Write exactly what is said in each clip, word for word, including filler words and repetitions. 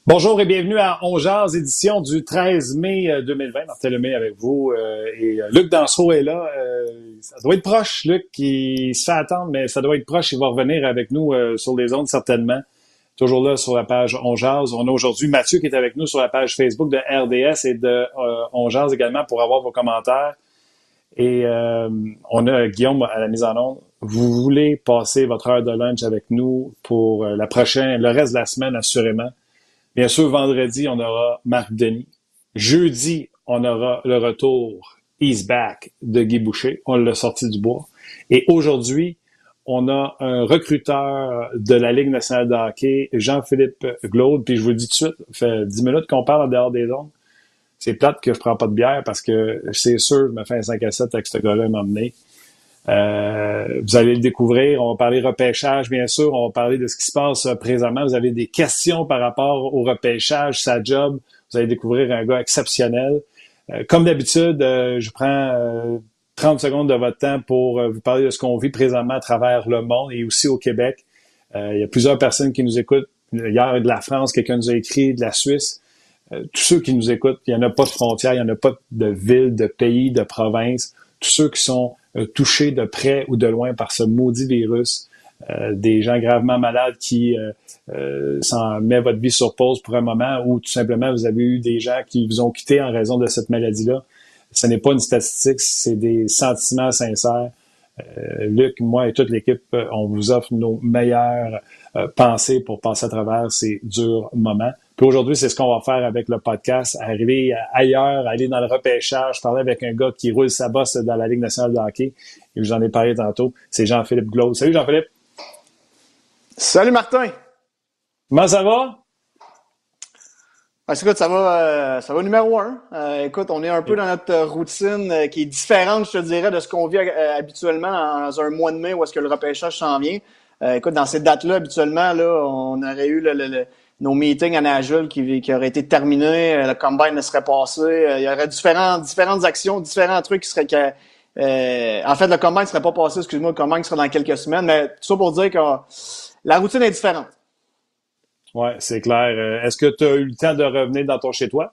Bonjour et bienvenue à On Jase, édition du treize mai deux mille vingt. Martin Lemay avec vous euh, et euh, Luc Dansereau est là. Euh, ça doit être proche, Luc, qui se fait attendre, mais ça doit être proche. Il va revenir avec nous euh, sur les ondes certainement. Toujours là sur la page On Jase. On a aujourd'hui Mathieu qui est avec nous sur la page Facebook de R D S et de euh, On Jase également pour avoir vos commentaires. Et euh, on a Guillaume à la mise en onde. Vous voulez passer votre heure de lunch avec nous pour euh, la prochaine, le reste de la semaine assurément. Bien sûr, vendredi, on aura Marc Denis. Jeudi, on aura le retour He's Back de Guy Boucher. On l'a sorti du bois. Et aujourd'hui, on a un recruteur de la Ligue nationale de hockey, Jean-Philippe Glaude. Puis je vous le dis tout de suite, ça fait dix minutes qu'on parle en dehors des ondes. C'est plate que je prends pas de bière parce que c'est sûr, je me fais un cinq à sept avec ce gars-là m'emmener. Euh, vous allez le découvrir. On va parler repêchage, bien sûr. On va parler de ce qui se passe présentement. Vous avez des questions par rapport au repêchage, sa job. Vous allez découvrir un gars exceptionnel. Euh, comme d'habitude, euh, je prends euh, trente secondes de votre temps pour euh, vous parler de ce qu'on vit présentement à travers le monde et aussi au Québec. Euh, il y a plusieurs personnes qui nous écoutent. Hier, de la France, quelqu'un nous a écrit, de la Suisse. Euh, tous ceux qui nous écoutent, il n'y en a pas de frontières, il n'y en a pas de ville, de pays, de province. Tous ceux qui sont euh, touchés de près ou de loin par ce maudit virus, euh, des gens gravement malades qui euh, euh, s'en mettent votre vie sur pause pour un moment ou tout simplement vous avez eu des gens qui vous ont quitté en raison de cette maladie-là. Ce n'est pas une statistique, c'est des sentiments sincères. Euh, Luc, moi et toute l'équipe, on vous offre nos meilleures euh, pensées pour passer à travers ces durs moments. Puis aujourd'hui, c'est ce qu'on va faire avec le podcast, arriver ailleurs, aller dans le repêchage, parler avec un gars qui roule sa bosse dans la Ligue nationale de hockey. Et je vous en ai parlé tantôt, c'est Jean-Philippe Glaude. Salut Jean-Philippe! Salut Martin! Comment ça va? Ah, écoute, ça va, euh, ça va numéro un. Euh, écoute, on est un peu dans notre routine euh, qui est différente, je te dirais, de ce qu'on vit euh, habituellement dans un mois de mai où est-ce que le repêchage s'en vient. Euh, écoute, dans ces dates-là, habituellement, là, on aurait eu le, le, le, nos meetings à Nashville qui, qui auraient été terminés, euh, le combine ne serait passé, euh, il y aurait différentes, différentes actions, différents trucs qui seraient... Que, euh, en fait, le combine ne serait pas passé, excuse-moi, le combine serait dans quelques semaines, mais tout ça pour dire que euh, la routine est différente. Oui, c'est clair. Est-ce que tu as eu le temps de revenir dans ton chez-toi?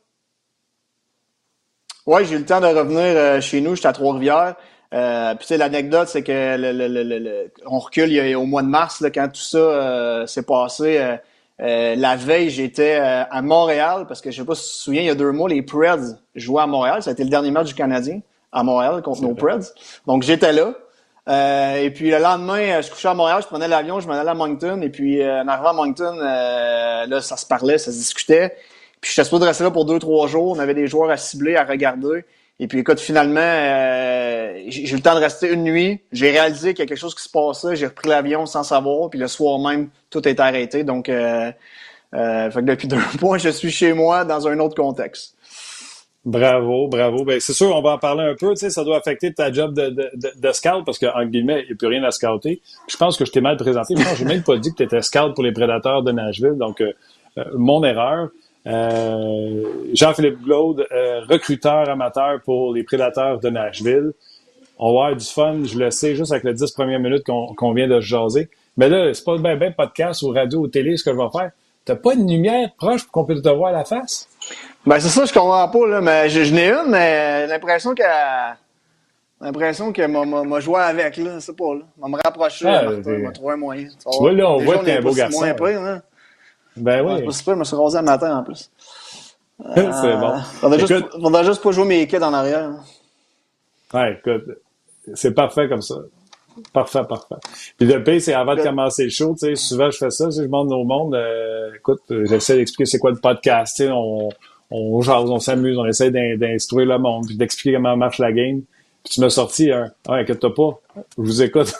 Oui, j'ai eu le temps de revenir euh, chez nous. J'étais à Trois-Rivières. Euh, puis tu sais, l'anecdote, c'est que le, le, le, le, on recule il y a, au mois de mars, là, quand tout ça euh, s'est passé. Euh, euh, la veille, j'étais euh, à Montréal, parce que je sais pas si tu te souviens, il y a deux mois, les Preds jouaient à Montréal. Ça a été le dernier match du Canadien à Montréal contre nos Preds. Donc, j'étais là. Euh, et puis le lendemain, je couchais à Montréal, je prenais l'avion, je m'en allais à Moncton. Et puis euh, en arrivant à Moncton, euh, là, ça se parlait, ça se discutait. Puis j'étais supposé rester là pour deux, trois jours. On avait des joueurs à cibler, à regarder. Et puis écoute, finalement, euh, j'ai, j'ai eu le temps de rester une nuit. J'ai réalisé qu'il y a quelque chose qui se passait. J'ai repris l'avion sans savoir. Puis le soir même, tout est arrêté. Donc, euh, euh, fait que depuis deux mois, je suis chez moi dans un autre contexte. Bravo, bravo. Ben, c'est sûr, on va en parler un peu. Tu sais, ça doit affecter ta job de, de, de, de scout parce qu'en guillemets, il n'y a plus rien à scouter. Je pense que je t'ai mal présenté. Je pense que j'ai même pas dit que tu étais scout pour les Prédateurs de Nashville. Donc, euh, euh, mon erreur. Euh, Jean-Philippe Glaude, euh, recruteur amateur pour les Prédateurs de Nashville. On va avoir du fun, je le sais, juste avec les dix premières minutes qu'on, qu'on vient de se jaser. Mais là, c'est pas bien ben podcast ou radio ou télé ce que je vais faire. T'as pas une lumière proche pour qu'on puisse te voir à la face? Ben, c'est ça, je comprends pas, là, mais je, je n'ai une, mais l'impression qu'elle, l'impression qu'elle m'a, m'a, m'a joué avec, là, c'est pas, là. M'a me rapprocher, ah, Martin, m'a trouvé un moyen. Tu vois, vois là, on déjà, voit que t'es un beau si garçon. Moins pire, hein. Ben oui. C'est pas si pire, je me suis rasé le matin, en plus. Euh, c'est bon. Faudrait juste, faudrait juste pas jouer mes kids en arrière. Hein. Ouais, écoute, c'est parfait comme ça. Parfait, parfait. Puis le pire, c'est avant de commencer le show, tu sais, souvent je fais ça, tu sais, je demande au monde, euh, écoute, j'essaie d'expliquer c'est quoi le podcast, tu sais, on, on jase, on s'amuse, on essaie d'in, d'instruire le monde, puis d'expliquer comment marche la game. Puis tu m'as sorti un, ah, inquiète-toi pas, je vous écoute.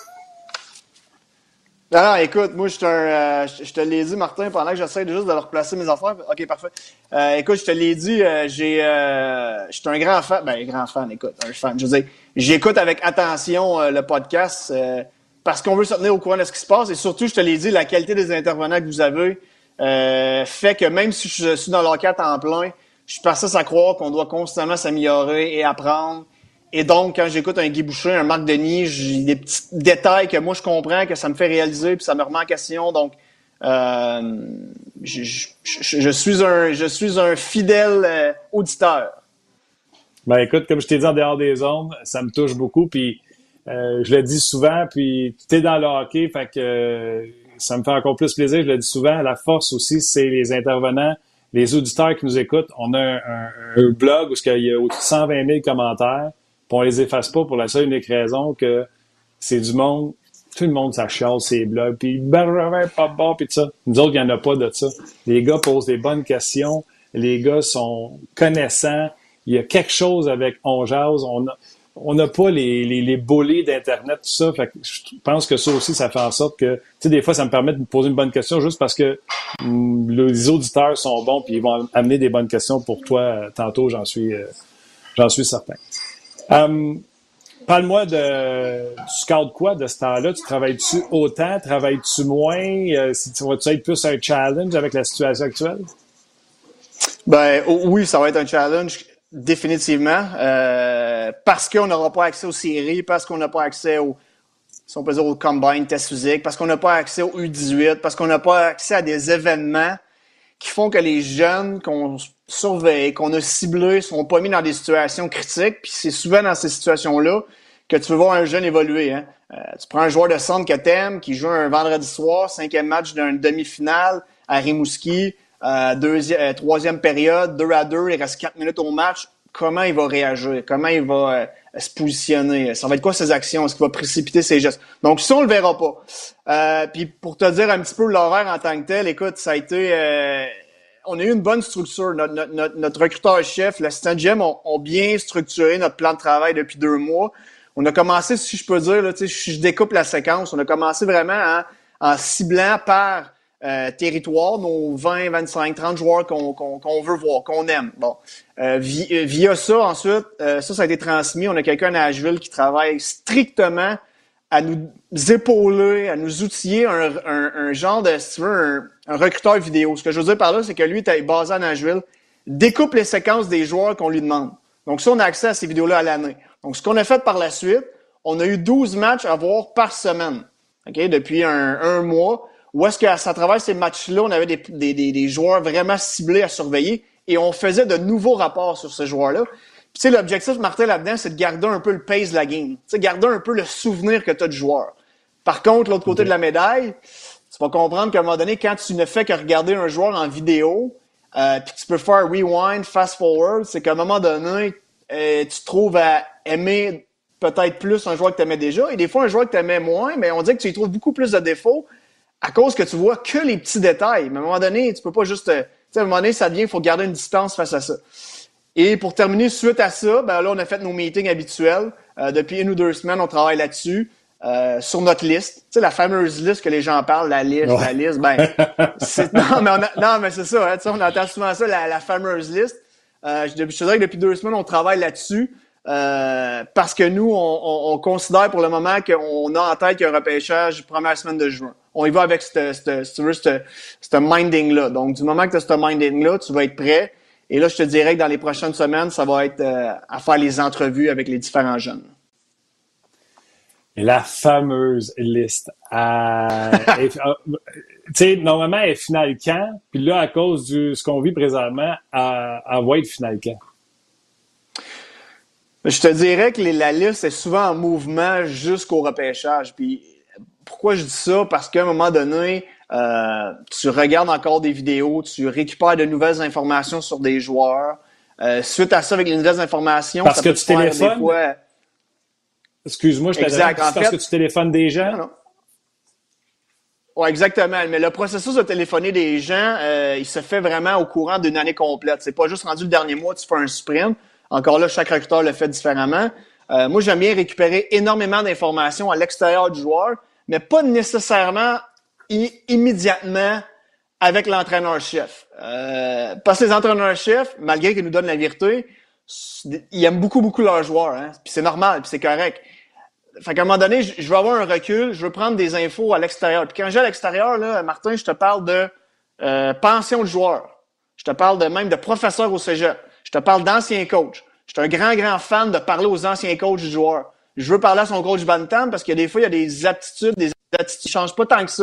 Non, non, écoute, moi, je te, euh, je te l'ai dit, Martin, pendant que j'essaie juste de leur placer mes affaires. OK, parfait. Euh, écoute, je te l'ai dit, euh, j'ai, euh, je suis un grand fan. Ben, grand fan, écoute, un fan. Je veux dire, j'écoute avec attention euh, le podcast euh, parce qu'on veut se tenir au courant de ce qui se passe. Et surtout, je te l'ai dit, la qualité des intervenants que vous avez euh, fait que même si je suis dans l'hockey à temps plein, je suis passé à croire qu'on doit constamment s'améliorer et apprendre. Et donc, quand j'écoute un Guy Boucher, un Marc Denis, j'ai des petits détails que moi, je comprends, que ça me fait réaliser, puis ça me remet en question. Donc, euh, je, je, je, je suis un je suis un fidèle euh, auditeur. Ben écoute, comme je t'ai dit en dehors des ondes, ça me touche beaucoup. Puis euh, je le dis souvent, puis tu es dans le hockey, fait que euh, ça me fait encore plus plaisir. Je le dis souvent, la force aussi, c'est les intervenants, les auditeurs qui nous écoutent. On a un, un, un blog où il y a au-dessus de cent vingt mille commentaires, puis on les efface pas pour la seule et unique raison que c'est du monde, tout le monde, ça chiale ces blogs, puis ben, pas bon, puis tout ça. Nous autres, il n'y en a pas de ça. Les gars posent des bonnes questions, les gars sont connaissants, il y a quelque chose avec On Jase, on a, on n'a pas les, les, les bullies d'Internet, tout ça. Fait que je pense que ça aussi, ça fait en sorte que, tu sais, des fois, ça me permet de me poser une bonne question juste parce que hum, les auditeurs sont bons puis ils vont amener des bonnes questions pour toi euh, tantôt, j'en suis, euh, j'en suis certain. Um, Parle-moi de, tu scoutes quoi de ce temps-là? Tu travailles-tu autant? Travailles-tu moins? Euh, si tu vas-tu être plus un challenge avec la situation actuelle? Ben oui, ça va être un challenge. Définitivement, euh, parce qu'on n'aura pas accès aux séries, parce qu'on n'a pas accès au, si on peut dire, au combine test physique, parce qu'on n'a pas accès au U dix-huit, parce qu'on n'a pas accès à des événements qui font que les jeunes qu'on surveille, qu'on a ciblés, sont pas mis dans des situations critiques. Puis c'est souvent dans ces situations-là que tu veux voir un jeune évoluer. Hein. Euh, tu prends un joueur de centre que t'aimes, qui joue un vendredi soir, cinquième match d'une demi-finale à Rimouski. Euh, deuxième, euh, troisième période, deux à deux, il reste quatre minutes au match. Comment il va réagir? Comment il va euh, se positionner? Ça va être quoi ses actions? Est-ce qu'il va précipiter ses gestes? Donc, ça, on le verra pas. Euh, puis, pour te dire un petit peu l'horaire en tant que tel, écoute, ça a été... Euh, on a eu une bonne structure. Notre, notre, notre recruteur-chef, l'assistant G M, ont, ont bien structuré notre plan de travail depuis deux mois. On a commencé, si je peux dire, là, si je découpe la séquence, on a commencé vraiment en, en ciblant par... Euh, territoire, nos vingt, vingt-cinq, trente joueurs qu'on, qu'on, qu'on veut voir, qu'on aime. Bon, euh, via, via ça, ensuite, euh, ça, ça a été transmis. On a quelqu'un à Nashville qui travaille strictement à nous épauler, à nous outiller un, un, un genre de, si tu veux, un, un recruteur vidéo. Ce que je veux dire par là, c'est que lui, il est basé à Nashville, découpe les séquences des joueurs qu'on lui demande. Donc ça, on a accès à ces vidéos-là à l'année. Donc, ce qu'on a fait par la suite, on a eu douze matchs à voir par semaine, ok, depuis un, un mois. Où est-ce qu'à travers ces matchs-là, on avait des, des, des, des joueurs vraiment ciblés à surveiller et on faisait de nouveaux rapports sur ces joueurs-là. Puis, tu sais, l'objectif, Martin, là-dedans, c'est de garder un peu le pace de la game. Tu sais, garder un peu le souvenir que tu as du joueur. Par contre, l'autre côté de la médaille, tu vas comprendre qu'à un moment donné, quand tu ne fais que regarder un joueur en vidéo, euh, puis tu peux faire rewind, fast forward, c'est qu'à un moment donné, euh, tu te trouves à aimer peut-être plus un joueur que tu aimais déjà. Et des fois, un joueur que tu aimais moins, mais on dit que tu y trouves beaucoup plus de défauts à cause que tu vois que les petits détails. Mais à un moment donné, tu peux pas juste... Tu sais, à un moment donné, ça devient, il faut garder une distance face à ça. Et pour terminer, suite à ça, ben là, on a fait nos meetings habituels. Euh, depuis une ou deux semaines, on travaille là-dessus, euh, sur notre liste. Tu sais, la fameuse liste que les gens parlent, la liste, ouais. la liste, ben... c'est, non, mais on a, non, mais c'est ça, hein, tu sais, on entend souvent ça, la, la fameuse liste. Euh, je, je te dirais que depuis deux semaines, on travaille là-dessus. Euh, parce que nous, on, on, on considère pour le moment qu'on a en tête qu'il y a un repêchage première semaine de juin. On y va avec ce minding-là. Donc, du moment que tu as ce minding-là, tu vas être prêt. Et là, je te dirais que dans les prochaines semaines, ça va être euh, à faire les entrevues avec les différents jeunes. Et la fameuse liste. Euh, tu sais, normalement, elle est finale quand? Puis là, à cause de ce qu'on vit présentement, elle, elle va être finale quand? Je te dirais que les, la liste est souvent en mouvement jusqu'au repêchage. Puis pourquoi je dis ça? Parce qu'à un moment donné, euh, tu regardes encore des vidéos, tu récupères de nouvelles informations sur des joueurs. Euh, suite à ça, avec les nouvelles informations, parce ça que peut tu te faire téléphones? Des fois... Excuse-moi, je t'interromps. C'est parce fait... que tu téléphones des gens? Non, non. Oui, exactement. Mais le processus de téléphoner des gens, euh, il se fait vraiment au courant d'une année complète. C'est pas juste rendu le dernier mois, tu fais un sprint. Encore là, chaque recruteur le fait différemment. Euh, moi, j'aime bien récupérer énormément d'informations à l'extérieur du joueur, mais pas nécessairement i- immédiatement avec l'entraîneur-chef. Euh, parce que les entraîneurs-chefs, malgré qu'ils nous donnent la vérité, ils aiment beaucoup, beaucoup leurs joueurs. Hein? Puis c'est normal, puis c'est correct. Fait qu'à un moment donné, je veux avoir un recul, je veux prendre des infos à l'extérieur. Puis quand j'ai à l'extérieur, là, Martin, je te parle de euh, pension de joueurs. Je te parle de même de professeurs au cégep. Je te parle d'anciens coachs. Je suis un grand, grand fan de parler aux anciens coachs du joueur. Je veux parler à son coach Bantam parce que des fois, il y a des aptitudes, des attitudes qui ne changent pas tant que ça.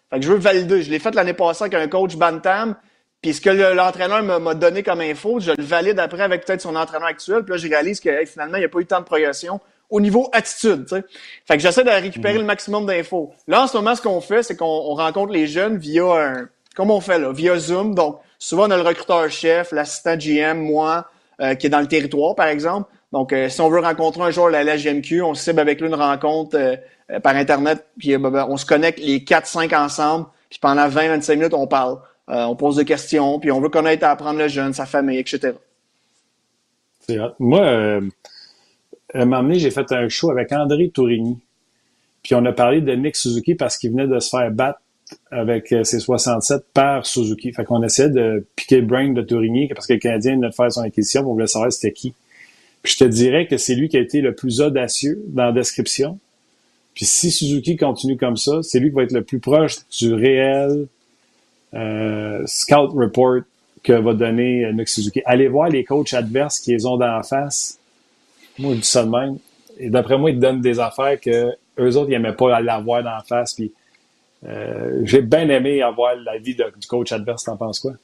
Fait que je veux valider. Je l'ai fait l'année passée avec un coach Bantam. Puis ce que le, l'entraîneur m'a, m'a donné comme info, je le valide après avec peut-être son entraîneur actuel. Puis là, je réalise que hey, finalement, il n'y a pas eu tant de progression au niveau attitude. T'sais. Fait que j'essaie de récupérer mmh. le maximum d'infos. Là, en ce moment, ce qu'on fait, c'est qu'on on rencontre les jeunes via un... Comme on fait là, via Zoom. Donc, souvent, on a le recruteur-chef, l'assistant G M, moi, euh, qui est dans le territoire, par exemple. Donc, euh, si on veut rencontrer un joueur de la L G M Q, on cible avec lui une rencontre euh, euh, par Internet. Puis euh, ben, on se connecte les quatre cinq ensemble. Puis pendant vingt à vingt-cinq minutes, on parle. Euh, on pose des questions, puis on veut connaître à apprendre le jeune, sa famille, et cetera. C'est hot. Moi, euh, à un moment donné, j'ai fait un show avec André Tourigny. Puis on a parlé de Nick Suzuki parce qu'il venait de se faire battre avec ses soixante-sept par Suzuki. Fait qu'on essayait de piquer le brain de Tourigny parce que le Canadien venait de faire son acquisition, on voulait savoir c'était qui. Puis je te dirais que c'est lui qui a été le plus audacieux dans la description. Puis si Suzuki continue comme ça, c'est lui qui va être le plus proche du réel Euh, scout report que va donner Nick Suzuki. Allez voir les coachs adverses qui les ont d'en face. Moi, je dis ça de même. Et d'après moi, ils te donnent des affaires que eux autres, ils n'aimaient pas l'avoir d'en face. Puis, euh, j'ai bien aimé avoir l'avis de, du coach adverse. T'en penses quoi?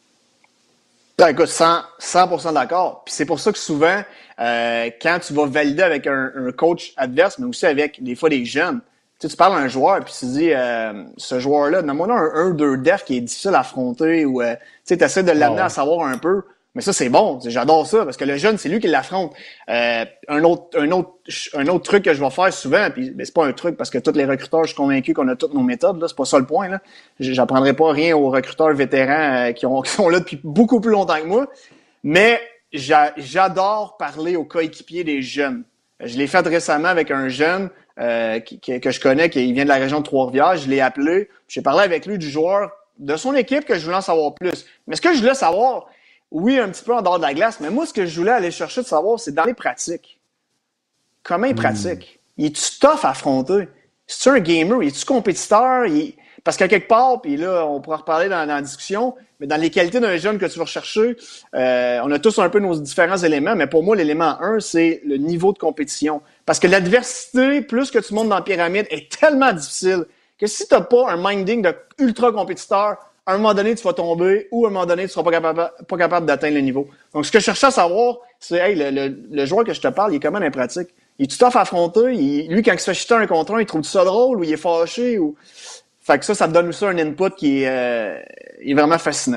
Ben, écoute, cent pour cent d'accord. Puis c'est pour ça que souvent, euh, quand tu vas valider avec un, un coach adverse, mais aussi avec des fois des jeunes, tu sais, tu parles à un joueur, puis tu dis, euh, ce joueur-là, donne-moi un un deux def qui est difficile à affronter, ou euh, tu sais, tu essaies de l'amener oh. à savoir un peu. Mais ça, c'est bon. J'adore ça, parce que le jeune, c'est lui qui l'affronte. Euh, un autre un autre, un autre truc que je vais faire souvent, puis ben, c'est pas un truc, parce que tous les recruteurs, je suis convaincu qu'on a toutes nos méthodes, là. C'est pas ça le point, là. J'apprendrai pas rien aux recruteurs vétérans euh, qui, ont, qui sont là depuis beaucoup plus longtemps que moi. Mais j'a, j'adore parler aux coéquipiers des jeunes. Je l'ai fait récemment avec un jeune euh, qui, qui, que je connais, qui vient de la région de Trois-Rivières. Je l'ai appelé. J'ai parlé avec lui du joueur de son équipe que je voulais en savoir plus. Mais ce que je voulais savoir, oui, un petit peu en dehors de la glace, mais moi, ce que je voulais aller chercher de savoir, c'est dans les pratiques. Comment il pratique? Il est-tu tough à affronter? C'est-tu un gamer? Il est-tu compétiteur? Il... Parce qu'à quelque part, puis là, on pourra reparler dans, dans la discussion, mais dans les qualités d'un jeune que tu vas rechercher, euh, on a tous un peu nos différents éléments, mais pour moi, l'élément un, c'est le niveau de compétition. Parce que l'adversité, plus que tu montes dans la pyramide, est tellement difficile que si tu n'as pas un minding de ultra compétiteur, à un moment donné, tu vas tomber ou à un moment donné, tu ne seras pas capable, pas capable d'atteindre le niveau. Donc, ce que je cherchais à savoir, c'est, hey, le, le, le joueur que je te parle, il est comment dans la pratique? Il est-tu tough à affronter? Il, lui, quand il se fait chuter un contre un, il trouve ça drôle ou il est fâché ou... Fait que ça, ça te donne aussi un input qui est, euh, est vraiment fascinant.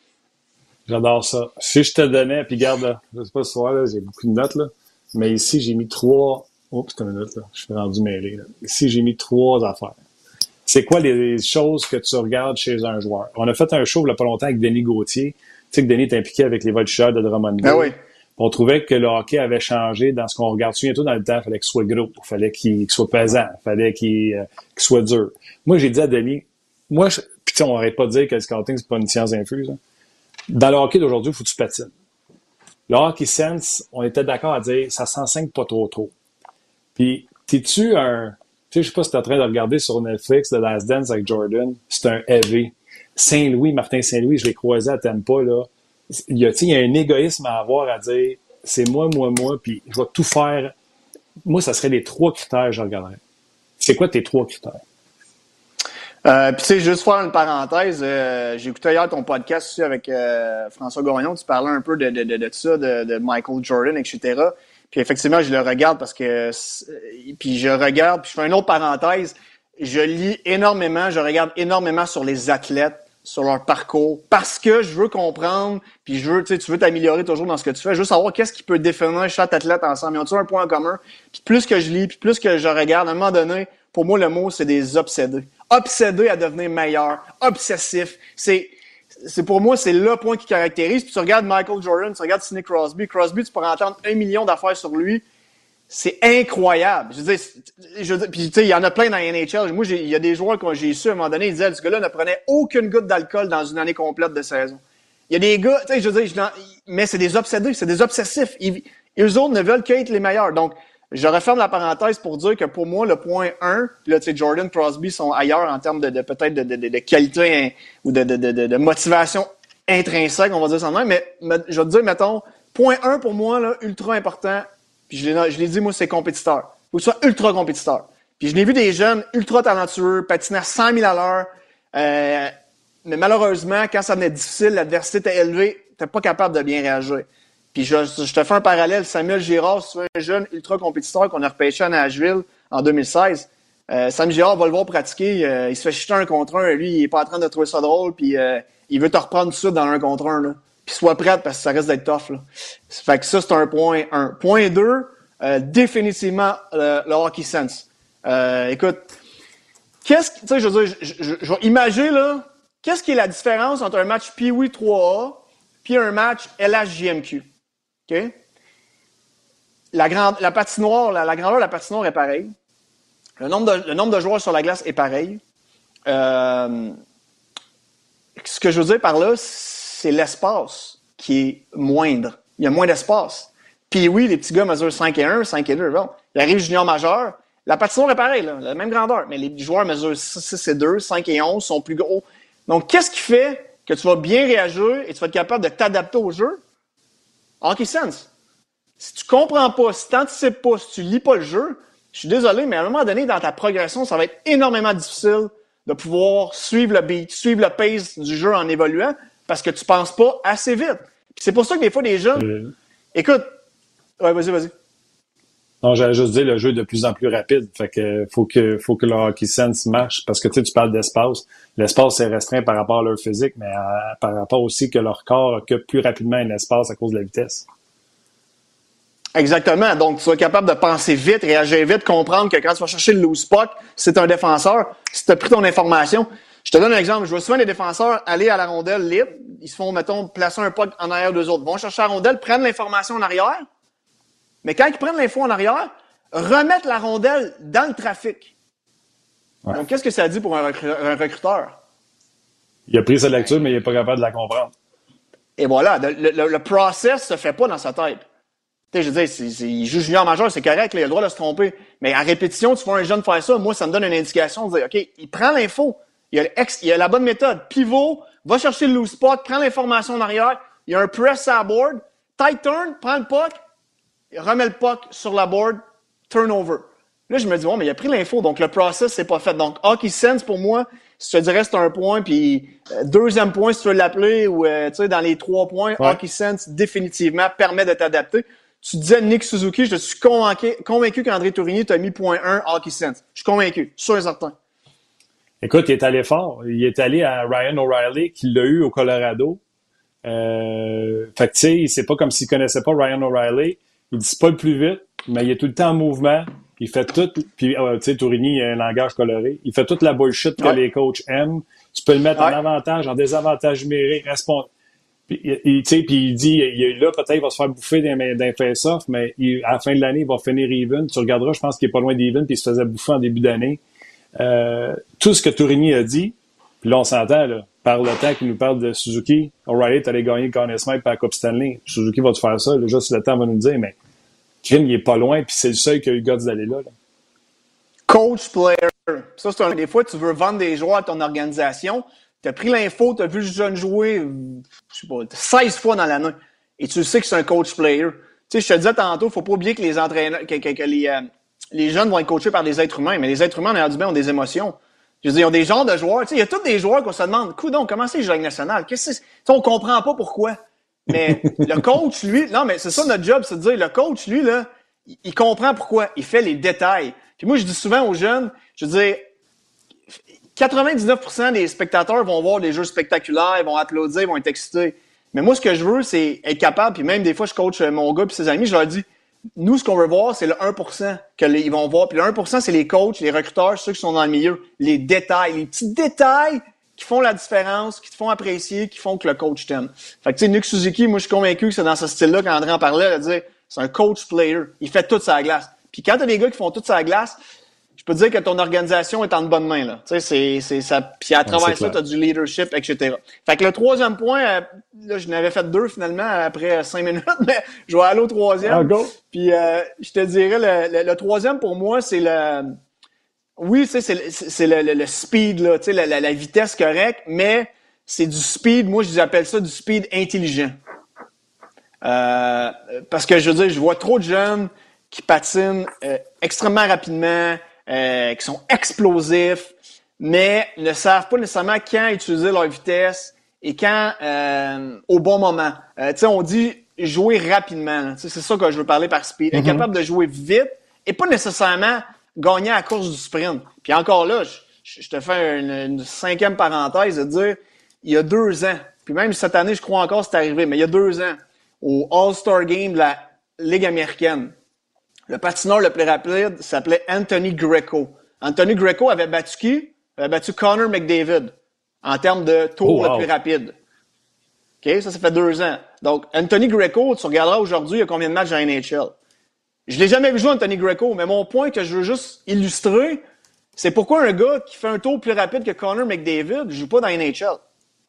J'adore ça. Si je te donnais, puis garde, là, je sais pas ce soir, là, j'ai beaucoup de notes, là, mais ici, j'ai mis trois... Oups, c'est une note, là. Je suis rendu mêlé, là. Ici, j'ai mis trois affaires. C'est quoi les choses que tu regardes chez un joueur? On a fait un show il n'y a pas longtemps avec Denis Gauthier. Tu sais que Denis est impliqué avec les Voltigeurs de Drummondville. Ben oui. On trouvait que le hockey avait changé dans ce qu'on regarde. Souviens-toi, dans le temps, il fallait qu'il soit gros, il fallait qu'il, qu'il soit pesant, il fallait qu'il, euh, qu'il soit dur. Moi, j'ai dit à Denis, moi, je, puis on n'arrête pas de dire que le scouting, c'est pas une science infuse. Hein. Dans le hockey d'aujourd'hui, il faut que tu patines. Le hockey sense, on était d'accord à dire, ça s'enseigne pas trop trop. Puis, t'es-tu un... Tu sais, je sais pas si t'es en train de regarder sur Netflix The Last Dance avec Jordan. C'est un heavy. Saint-Louis, Martin Saint-Louis, je l'ai croisé à Tampa, là. Il y a, tu sais, il y a un égoïsme à avoir à dire, c'est moi, moi, moi, puis je vais tout faire. Moi, ça serait les trois critères que je regarderais. C'est quoi tes trois critères? Euh, puis tu sais, juste faire une parenthèse, euh, j'ai écouté hier ton podcast aussi avec euh, François Gagnon, tu parlais un peu de, de, de, de ça, de, de Michael Jordan, et cetera. Puis effectivement, je le regarde parce que... Puis je regarde, puis je fais une autre parenthèse, je lis énormément, je regarde énormément sur les athlètes, sur leur parcours, parce que je veux comprendre, puis je veux, tu sais, tu veux t'améliorer toujours dans ce que tu fais, je veux savoir qu'est-ce qui peut définir chaque athlète ensemble. Ils ont-ils un point en commun? Puis plus que je lis, puis plus que je regarde, à un moment donné, pour moi, le mot, c'est des obsédés. Obsédés à devenir meilleur, obsessif. C'est, c'est pour moi, c'est le point qui caractérise. Puis tu regardes Michael Jordan, tu regardes Sidney Crosby. Crosby, tu pourrais entendre un million d'affaires sur lui. C'est incroyable. Je veux dire, je veux dire, puis tu sais, il y en a plein dans la N H L. Moi, j'ai, il y a des joueurs que j'ai su à un moment donné, ils disaient, ce gars-là ne prenait aucune goutte d'alcool dans une année complète de saison. Il y a des gars, tu sais, je veux dire, je, mais c'est des obsédés, c'est des obsessifs. Ils, eux autres ne veulent qu'être les meilleurs. Donc, je referme la parenthèse pour dire que pour moi, le point un, là, tu sais, Jordan, Crosby sont ailleurs en termes de, de peut-être de, de, de, de qualité hein, ou de, de, de, de motivation intrinsèque, on va dire ça de même. Mais, mais je vais te dire, mettons, point un pour moi, là, ultra important, puis je l'ai, je l'ai dit, moi, c'est compétiteur. Il faut que tu sois ultra compétiteur. Puis je l'ai vu des jeunes ultra talentueux, patiner à cent mille à l'heure, Euh, mais malheureusement, quand ça venait difficile, l'adversité était élevée, tu n'étais pas capable de bien réagir. Puis je, je te fais un parallèle. Samuel Girard, c'est un jeune ultra compétiteur qu'on a repêché à Nashville en deux mille seize. Euh, Sam Girard va le voir pratiquer. Euh, il se fait chuter un contre un. Lui, il n'est pas en train de trouver ça drôle. Puis euh, il veut te reprendre tout de suite dans un contre un. Là. Puis sois prête parce que ça risque d'être tough. Là. Fait que ça, c'est un point un. Point deux, euh, définitivement le, le hockey sense. Euh, écoute, qu'est-ce que, tu sais, je veux dire, je, je, je vais imaginer, là, qu'est-ce qui est la différence entre un match Pee Wee trois A puis un match L H J M Q? OK? La, grande, la patinoire, la, la grandeur de la patinoire est pareille. Le nombre de, le nombre de joueurs sur la glace est pareil. Euh, ce que je veux dire par là, c'est l'espace qui est moindre. Il y a moins d'espace. Puis oui, les petits gars mesurent cinq et un, cinq et deux. Bon, il arrive junior majeur. La patinoire est pareille, là, la même grandeur. Mais les joueurs mesurent six et deux, cinq et onze, sont plus gros. Donc, qu'est-ce qui fait que tu vas bien réagir et tu vas être capable de t'adapter au jeu? Hockey sense. Si tu comprends pas, si tu n'anticipes pas, si tu lis pas le jeu, je suis désolé, mais à un moment donné, dans ta progression, ça va être énormément difficile de pouvoir suivre le beat, suivre le pace du jeu en évoluant parce que tu penses pas assez vite. Puis c'est pour ça que des fois, les jeunes... Euh... Écoute... Ouais, vas-y, vas-y. Non, j'allais juste dire, le jeu est de plus en plus rapide. Fait que faut que, faut que le hockey sense marche parce que tu sais, tu parles d'espace. L'espace est restreint par rapport à leur physique, mais à, par rapport aussi que leur corps occupe plus rapidement un espace à cause de la vitesse. Exactement. Donc, tu vas être capable de penser vite, réagir vite, comprendre que quand tu vas chercher le loose puck, c'est un défenseur. Si tu as pris ton information, je te donne un exemple. Je vois souvent les défenseurs aller à la rondelle libre. Ils se font, mettons, placer un puck en arrière d'eux autres. Ils vont chercher la rondelle, prennent l'information en arrière. Mais quand ils prennent l'info en arrière, remettent la rondelle dans le trafic. Ouais. Donc, qu'est-ce que ça dit pour un, recru- un recruteur? Il a pris sa lecture, mais il n'est pas capable de la comprendre. Et voilà, le, le, le process se fait pas dans sa tête. Tu sais, je veux dire, c'est, c'est, il joue junior majeur, c'est correct, là, il a le droit de se tromper. Mais à répétition, tu vois un jeune faire ça, moi, ça me donne une indication de dire, OK, il prend l'info, il a, ex, il a la bonne méthode, pivot, va chercher le loose puck, prend l'information en arrière, il y a un press à la board, tight turn, prend le puck, il remet le puck sur la board, turnover. Là, je me dis, bon, mais il a pris l'info, donc le process, c'est pas fait. Donc, hockey sense, pour moi, je te dirais, c'est un point, puis euh, deuxième point, si tu veux l'appeler, ou, euh, tu sais, dans les trois points, ouais. Hockey sense, définitivement, permet de t'adapter. Tu disais Nick Suzuki, je suis convaincu, convaincu qu'André Tourigny t'a mis point un hockey sense. Je suis convaincu, sûr et certain. Écoute, il est allé fort. Il est allé à Ryan O'Reilly, qui l'a eu au Colorado. Euh, fait que, tu sais, c'est pas comme s'il connaissait pas Ryan O'Reilly. Il dit pas le plus vite, mais il est tout le temps en mouvement. Il fait tout, puis euh, tu sais, Tourigny, il a un langage coloré. Il fait toute la bullshit que ouais. les coachs aiment. Tu peux le mettre ouais. en avantage, en désavantage numérique, répond. Puis, il, tu sais, puis il dit, il, là, peut-être, il va se faire bouffer d'un, d'un face-off, mais il, à la fin de l'année, il va finir even. Tu regarderas, je pense qu'il est pas loin d'even, puis il se faisait bouffer en début d'année. Euh, tout ce que Tourigny a dit, puis là, on s'entend, là, par le temps qu'il nous parle de Suzuki, O'Reilly, t'allais gagner le Conn Smythe par la Coupe Stanley. Suzuki va te faire ça, là, juste le temps va nous le dire, mais Kim, il est pas loin, puis c'est le seul qui a eu le guts d'aller là, là. Coach player. Ça, c'est un des fois, tu veux vendre des joueurs à ton organisation. Tu as pris l'info, tu as vu le jeune jouer, je sais pas, seize fois dans l'année. Et tu sais que c'est un coach player. Tu sais, je te disais tantôt, il faut pas oublier que les entraîneurs, que, que, que les, euh, les jeunes vont être coachés par des êtres humains, mais les êtres humains, en arrière du bien, ont des émotions. Je veux dire, ils ont des genres de joueurs. Tu sais, il y a tous des joueurs qu'on se demande, coudonc, comment c'est le jeu national? Qu'est-ce que c'est? Tu sais, on comprend pas pourquoi. Mais le coach, lui, non, mais c'est ça notre job, c'est de dire, le coach, lui, là, il comprend pourquoi. Il fait les détails. Puis moi, je dis souvent aux jeunes, je veux dire, quatre-vingt-dix-neuf pour cent des spectateurs vont voir des jeux spectaculaires, ils vont applaudir, ils vont être excités. Mais moi, ce que je veux, c'est être capable, puis même des fois, je coach mon gars puis ses amis, je leur dis, nous, ce qu'on veut voir, c'est le un pour cent qu'ils vont voir. Puis le un pour cent, c'est les coachs, les recruteurs, ceux qui sont dans le milieu. Les détails, les petits détails qui font la différence, qui te font apprécier, qui font que le coach t'aime. Fait que tu sais, Nick Suzuki, moi, je suis convaincu que c'est dans ce style-là qu'André en parlait, de dire, c'est un coach player. Il fait tout sa glace. Puis quand t'as des gars qui font toute sa glace, je peux te dire que ton organisation est en bonne main, là. Tu sais, c'est, c'est ça. Puis à travers ouais, ça, t'as du leadership, et cetera. Fait que le troisième point, euh, là, je n'avais fait deux finalement après cinq minutes, mais je vais aller au troisième. Ah, go. Puis euh, je te dirais, le, le, le troisième pour moi, c'est le... Oui, tu sais, c'est, le, c'est le, le, le speed, là, tu sais, la, la, la vitesse correcte, mais c'est du speed, moi, je appelle ça du speed intelligent. Euh, parce que, je veux dire, je vois trop de jeunes qui patinent euh, extrêmement rapidement, euh, qui sont explosifs, mais ne savent pas nécessairement quand utiliser leur vitesse et quand euh, au bon moment. Euh, tu sais, on dit jouer rapidement. C'est ça que je veux parler par speed. Mm-hmm. Être capable de jouer vite et pas nécessairement gagner à la course du sprint. Puis encore là, je, je te fais une, une cinquième parenthèse de dire, il y a deux ans, puis même cette année, je crois encore que c'est arrivé, mais il y a deux ans, au All-Star Game de la Ligue américaine, le patineur le plus rapide s'appelait Anthony Greco. Anthony Greco avait battu qui? avait battu Connor McDavid en termes de tour oh, wow. le plus rapide. OK? Ça, ça fait deux ans. Donc, Anthony Greco, tu regarderas aujourd'hui, il y a combien de matchs dans N H L? Je l'ai jamais vu jouer Anthony Greco, mais mon point que je veux juste illustrer, c'est pourquoi un gars qui fait un tour plus rapide que Connor McDavid ne joue pas dans N H L.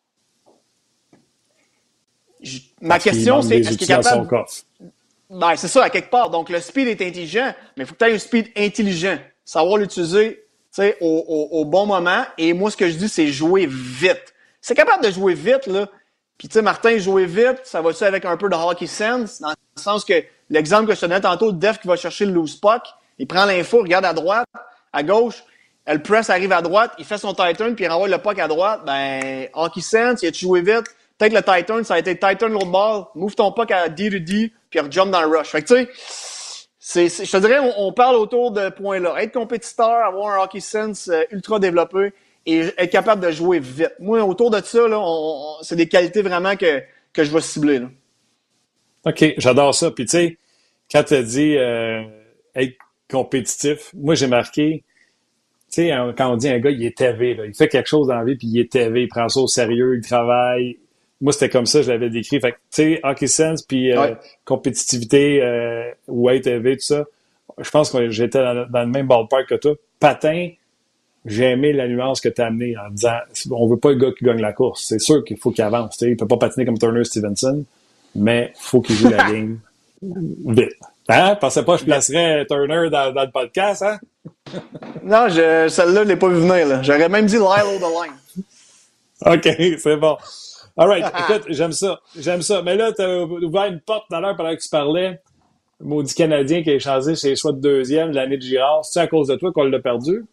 Je, ma Parce question, c'est est-ce qu'il est capable... Ben, c'est ça, à quelque part. Donc, le speed est intelligent, mais il faut que tu aies un speed intelligent. Savoir l'utiliser au, au, au bon moment. Et moi, ce que je dis, c'est jouer vite. C'est capable de jouer vite, là. Puis, tu sais, Martin, jouer vite, ça va-tu avec un peu de hockey sense? Dans le sens que l'exemple que je te donnais tantôt, Def qui va chercher le loose puck, il prend l'info, regarde à droite, à gauche, le press arrive à droite, il fait son Titan, puis il renvoie le puck à droite. Ben, hockey sense, il a-tu joué vite? Peut-être le Titan, ça a été Titan l'autre ball, move ton puck à D to D, puis jump dans le rush. Fait que tu sais, c'est, c'est, je te dirais, on, on parle autour de points-là. Être compétiteur, avoir un hockey sense euh, ultra développé et être capable de jouer vite. Moi, autour de ça, là, on, on, c'est des qualités vraiment que, que je vais cibler. Là. OK, j'adore ça. Puis tu sais, quand tu as dit euh, être compétitif, moi j'ai marqué, tu sais, quand on dit un gars, il est élevé, là, il fait quelque chose dans la vie, puis il est élevé, il prend ça au sérieux, il travaille. Moi, c'était comme ça, je l'avais décrit. Fait que, tu sais, hockey sense, puis euh, ouais. compétitivité, euh, ou être élevé, tout ça, je pense que j'étais dans, dans le même ballpark que toi. Patin, j'ai aimé la nuance que tu as amenée en disant, on veut pas le gars qui gagne la course. C'est sûr qu'il faut qu'il avance. Tu sais, il peut pas patiner comme Turner Stevenson, mais il faut qu'il joue la ligne vite. Hein? Pensais pas que je placerais Turner dans, dans le podcast, hein? Non, je, celle-là, je l'ai pas vu venir, là. J'aurais même dit Lyle the line. OK, c'est bon. All right. Écoute, j'aime ça. J'aime ça. Mais là, tu as ouvert une porte tout à l'heure pendant que tu parlais. Maudit Canadien qui a échangé ses choix de deuxième de l'année de Girard. C'est-tu à cause de toi qu'on l'a perdu?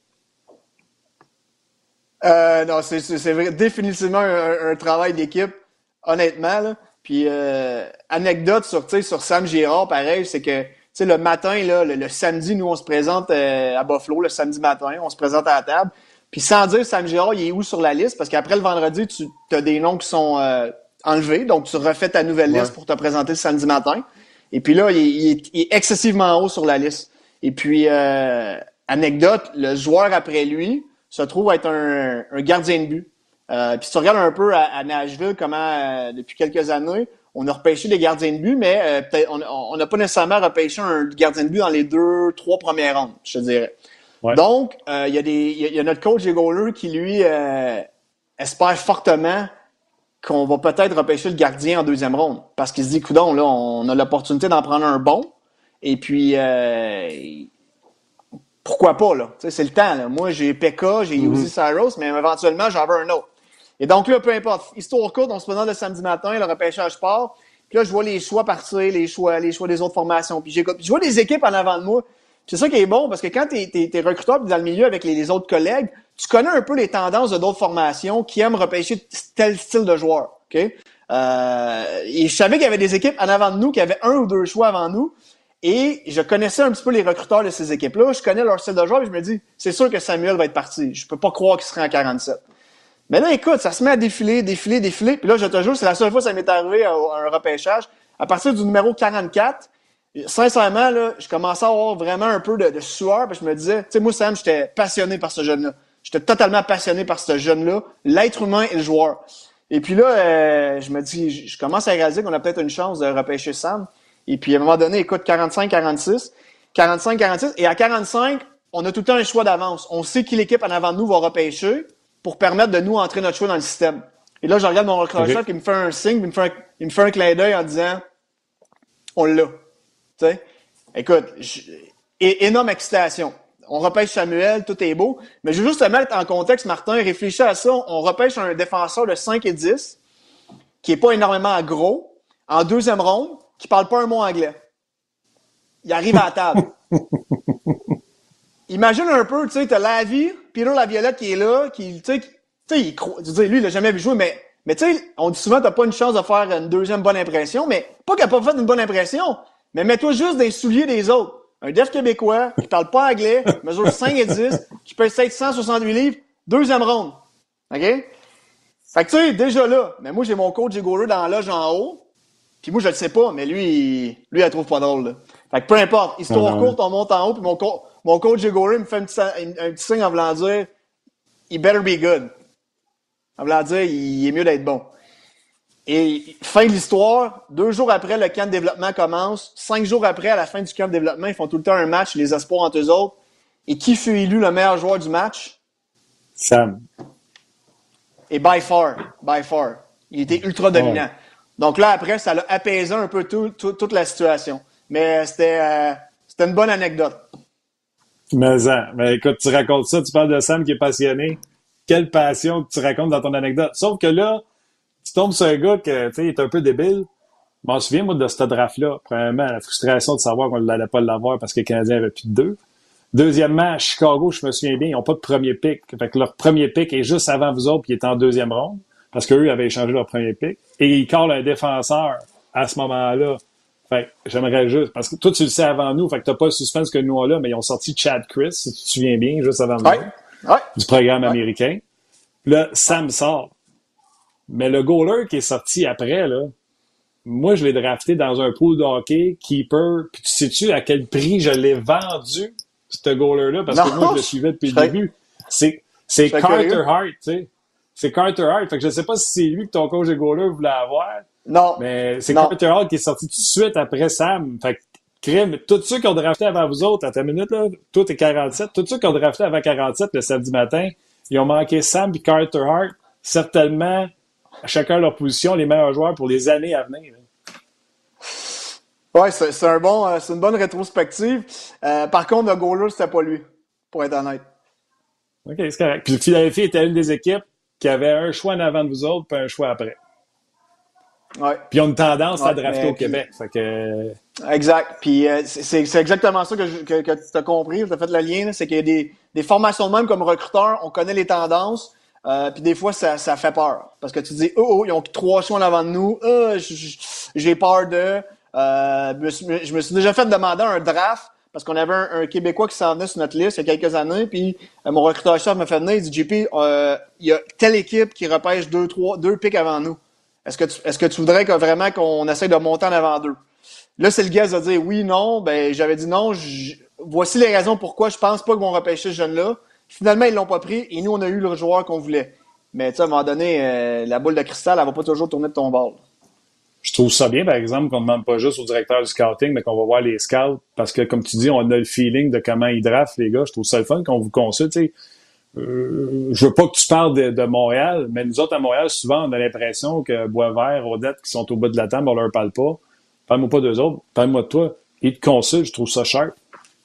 Euh, non, c'est, c'est, c'est vrai, définitivement un, un travail d'équipe, honnêtement. Là. Puis, euh, anecdote sur, sur Sam Girard, pareil, c'est que le matin, là, le, le samedi, nous, on se présente euh, à Buffalo, le samedi matin, on se présente à la table. Puis sans dire Sam Girard, il est où sur la liste? Parce qu'après le vendredi, tu as des noms qui sont euh, enlevés. Donc, tu refais ta nouvelle ouais. liste pour te présenter le samedi matin. Et puis là, il, il, est, il est excessivement haut sur la liste. Et puis, euh, anecdote, le joueur après lui se trouve être un, un gardien de but. Euh, puis si tu regardes un peu à, à Nashville, comment euh, depuis quelques années, on a repêché des gardiens de but, mais euh, peut-être on n'a pas nécessairement repêché un gardien de but dans les deux, trois premières rondes, je te dirais. Ouais. Donc, il euh, y a des, il y, y a notre coach des goalers qui, lui, euh, espère fortement qu'on va peut-être repêcher le gardien en deuxième ronde. Parce qu'il se dit, coudonc, là, on a l'opportunité d'en prendre un bon. Et puis, euh, pourquoi pas, là? Tu sais, c'est le temps, là. Moi, j'ai P K, j'ai mm-hmm. Uzi Saros, mais éventuellement, j'en veux un autre. Et donc là, peu importe. Histoire courte, on se présente le samedi matin, le repêchage part. Puis là, je vois les choix partir, les choix, les choix des autres formations. Puis j'écoute. Puis je vois des équipes en avant de moi. C'est ça qui est bon, parce que quand t'es, t'es, t'es recruteur dans le milieu avec les, les autres collègues, tu connais un peu les tendances de d'autres formations qui aiment repêcher tel style de joueur. Okay? Euh, et je savais qu'il y avait des équipes en avant de nous qui avaient un ou deux choix avant nous. Et je connaissais un petit peu les recruteurs de ces équipes-là. Je connais leur style de joueur et je me dis, c'est sûr que Samuel va être parti. Je peux pas croire qu'il serait en quarante-sept. Mais là, écoute, ça se met à défiler, défiler, défiler. Puis là, je te jure, c'est la seule fois que ça m'est arrivé à, à un repêchage. À partir du numéro quarante-quatre, sincèrement, là, je commençais à avoir vraiment un peu de, de sueur, puis je me disais, tu sais, moi, Sam, j'étais passionné par ce jeune-là. J'étais totalement passionné par ce jeune-là, l'être humain et le joueur. Et puis là, euh, je me dis, je commence à réaliser qu'on a peut-être une chance de repêcher Sam. Et puis, à un moment donné, écoute, quarante-cinq quarante-six, quarante-cinq quarante-six, et à quarante-cinq, on a tout le temps un choix d'avance. On sait qui l'équipe en avant de nous va repêcher pour permettre de nous entrer notre choix dans le système. Et là, je regarde mon recruteur okay. qui me fait un signe, il me fait un, il me fait un clin d'œil en disant, on l'a. Tu sais, écoute, je, énorme excitation. On repêche Samuel, tout est beau. Mais je veux juste te mettre en contexte, Martin, réfléchis à ça. On repêche un défenseur de cinq et dix, qui est pas énormément gros, en deuxième ronde, qui parle pas un mot anglais. Il arrive à la table. imagine un peu, tu sais, t'as Lavi, Peter Laviolette qui est là, qui, tu sais, tu sais, il croit, tu sais, lui, il a jamais vu jouer, mais, mais tu sais, on dit souvent, t'as pas une chance de faire une deuxième bonne impression, mais pas qu'il a pas fait une bonne impression, mais mets-toi juste dans les souliers des autres. Un def québécois, qui parle pas anglais, mesure cinq et dix, qui pèse sept cent soixante-huit livres, deuxième ronde. OK? Fait que tu sais, déjà là, mais moi, j'ai mon coach Gigolo dans la loge en haut, puis moi, je le sais pas, mais lui, il, lui, il la trouve pas drôle, là. Fait que peu importe, histoire courte, on monte en haut, puis mon, co- mon coach Gigolo, il me fait un petit, un, un petit signe en voulant dire « He better be good ». En voulant dire « Il est mieux d'être bon ». Et fin de l'histoire, deux jours après, le camp de développement commence. Cinq jours après, à la fin du camp de développement, ils font tout le temps un match, les espoirs entre eux autres. Et qui fut élu le meilleur joueur du match? Sam. Et by far, by far. Il était ultra dominant. Oh. Donc là, après, ça l'a apaisé un peu tout, tout, toute la situation. Mais c'était, euh, c'était une bonne anecdote. Mais, mais écoute, tu racontes ça, tu parles de Sam qui est passionné. Quelle passion que tu racontes dans ton anecdote. Sauf que là, tu tombes sur un gars que, tu sais, il est un peu débile. Je m'en souviens, moi, de ce draft-là. Premièrement, la frustration de savoir qu'on n'allait pas l'avoir parce que les Canadiens avaient plus de deux. Deuxièmement, à Chicago, je me souviens bien, ils n'ont pas de premier pick. Fait que leur premier pick est juste avant vous autres, puis il est en deuxième ronde, parce qu'eux avaient échangé leur premier pick. Et ils collent un défenseur à ce moment-là. Fait que j'aimerais juste, parce que toi, tu le sais avant nous, fait que t'as pas le suspense que nous on l'a, mais ils ont sorti Chad Chris, si tu te souviens bien, juste avant nous. Ouais. Ouais. Du programme ouais. américain. Puis là, Sam sort. Mais le goaler qui est sorti après, là, moi, je l'ai drafté dans un pool de hockey, keeper, puis tu sais-tu à quel prix je l'ai vendu, ce goaler-là, parce non, que moi, je le suivais depuis le serais... début. C'est, c'est Carter curieux. Hart, tu sais. C'est Carter Hart. Fait que je sais pas si c'est lui que ton coach de goaler voulait avoir. Non. Mais c'est non. Carter Hart qui est sorti tout de suite après Sam. Fait que, crème, tous ceux qui ont drafté avant vous autres, à ta minute, là, tout est quarante-sept, tous ceux qui ont drafté avant quarante-sept le samedi matin, ils ont manqué Sam et Carter Hart, certainement, à chacun leur position, les meilleurs joueurs pour les années à venir. Oui, c'est, c'est, un bon, euh, c'est une bonne rétrospective. Euh, par contre, le goaler, c'était pas lui, pour être honnête. OK, c'est correct. Puis Philadelphie était une des équipes qui avait un choix en avant de vous autres puis un choix après. Ouais. Puis ils ont une tendance ouais, à drafter au puis... Québec. Fait que... Exact. Puis euh, c'est, c'est exactement ça que, je, que, que tu as compris. Tu as fait le lien. Là, c'est qu'il y a des, des formations de même comme recruteur, on connaît les tendances. Euh, puis des fois, ça, ça fait peur. Parce que tu dis, oh, oh, ils ont trois choix en avant de nous. Oh, j'ai peur de... Euh, je, me suis, je me suis déjà fait demander un draft parce qu'on avait un, un Québécois qui s'en venait sur notre liste il y a quelques années, puis euh, mon recruteur chef m'a fait venir, il dit J P, euh, il y a telle équipe qui repêche deux, trois, deux pics avant nous. Est-ce que tu, est-ce que tu voudrais que vraiment qu'on essaye de monter en avant d'eux? Là, c'est le gars qui a dit oui, non. Ben, j'avais dit non. Je, voici les raisons pourquoi je pense pas qu'ils vont repêcher ce jeune-là. Finalement, ils l'ont pas pris et nous, on a eu le joueur qu'on voulait. Mais tu sais, à un moment donné, euh, la boule de cristal, elle va pas toujours tourner de ton bord. Je trouve ça bien, par exemple, qu'on ne demande pas juste au directeur du scouting, mais qu'on va voir les scouts, parce que, comme tu dis, on a le feeling de comment ils draftent, les gars. Je trouve ça le fun qu'on vous consulte. Euh, je veux pas que tu parles de, de Montréal, mais nous autres, à Montréal, souvent, on a l'impression que Boisvert, Odette, qui sont au bout de la table, on leur parle pas. Parle-moi pas d'eux autres, parle-moi de toi. Ils te consultent, je trouve ça sharp.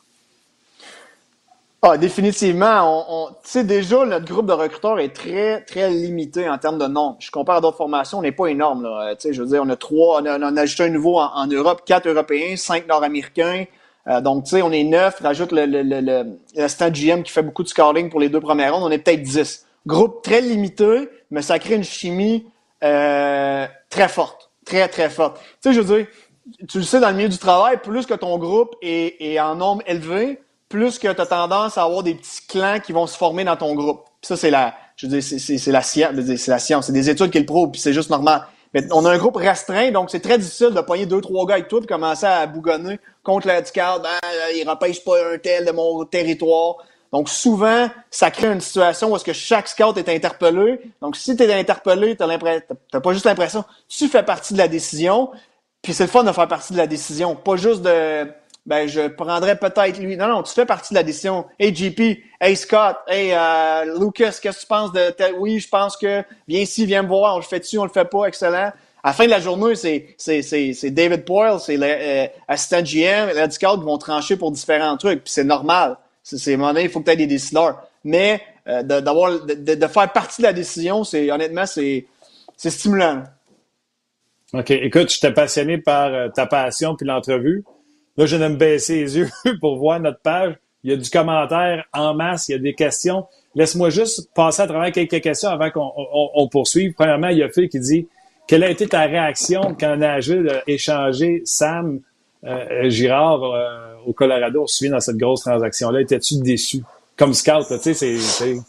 Ah, définitivement. On, on, tu sais, déjà, notre groupe de recruteurs est très, très limité en termes de nombre. Je compare à d'autres formations, on n'est pas énorme, là. Tu sais, je veux dire, on a trois, on a, on a ajouté un nouveau en, en Europe, quatre Européens, cinq Nord-Américains. Euh, donc, tu sais, on est neuf. Rajoute le, le, le, le, l'assistant G M qui fait beaucoup de scoring pour les deux premières rondes. On est peut-être dix. Groupe très limité, mais ça crée une chimie euh, très forte. Très, très forte. Tu sais, je veux dire, tu le sais, dans le milieu du travail, plus que ton groupe est, est en nombre élevé, plus que tu as tendance à avoir des petits clans qui vont se former dans ton groupe. Puis ça, c'est la, je veux dire, c'est, c'est, c'est la science, c'est la science, c'est des études qui le prouvent, puis c'est juste normal. Mais on a un groupe restreint, donc c'est très difficile de pogner deux, trois gars avec toi puis commencer à bougonner contre le scout. Ben, il repêche pas un tel de mon territoire. Donc souvent, ça crée une situation où est-ce que chaque scout est interpellé. Donc si tu es interpellé, t'as l'impression, t'as pas juste l'impression, tu fais partie de la décision. Puis c'est le fun de faire partie de la décision, pas juste de ben je prendrais peut-être lui. Non, non, tu fais partie de la décision. Hey J P, hey Scott, hey euh, Lucas, qu'est-ce que tu penses de tel? Oui, je pense que viens ici, viens me voir, on le fait dessus, on le fait pas, excellent. À la fin de la journée, c'est c'est c'est, c'est David Poyle, c'est l'assistant euh, G M, l'head scout qui vont trancher pour différents trucs, puis c'est normal. C'est, c'est à un moment donné, il faut que tu aies des décideurs. Mais euh, de, d'avoir de, de faire partie de la décision, c'est honnêtement, c'est c'est stimulant. OK. Écoute, j'étais passionné par euh, ta passion puis l'entrevue. Là, je viens de me baisser les yeux pour voir notre page. Il y a du commentaire en masse, il y a des questions. Laisse-moi juste passer à travers quelques questions avant qu'on on, on poursuive. Premièrement, il y a Phil qui dit « Quelle a été ta réaction quand Nashville a échangé Sam euh, Girard euh, au Colorado? On se souvient dans cette grosse transaction-là. Étais-tu déçu? Comme scout, tu sais, c'est... c'est...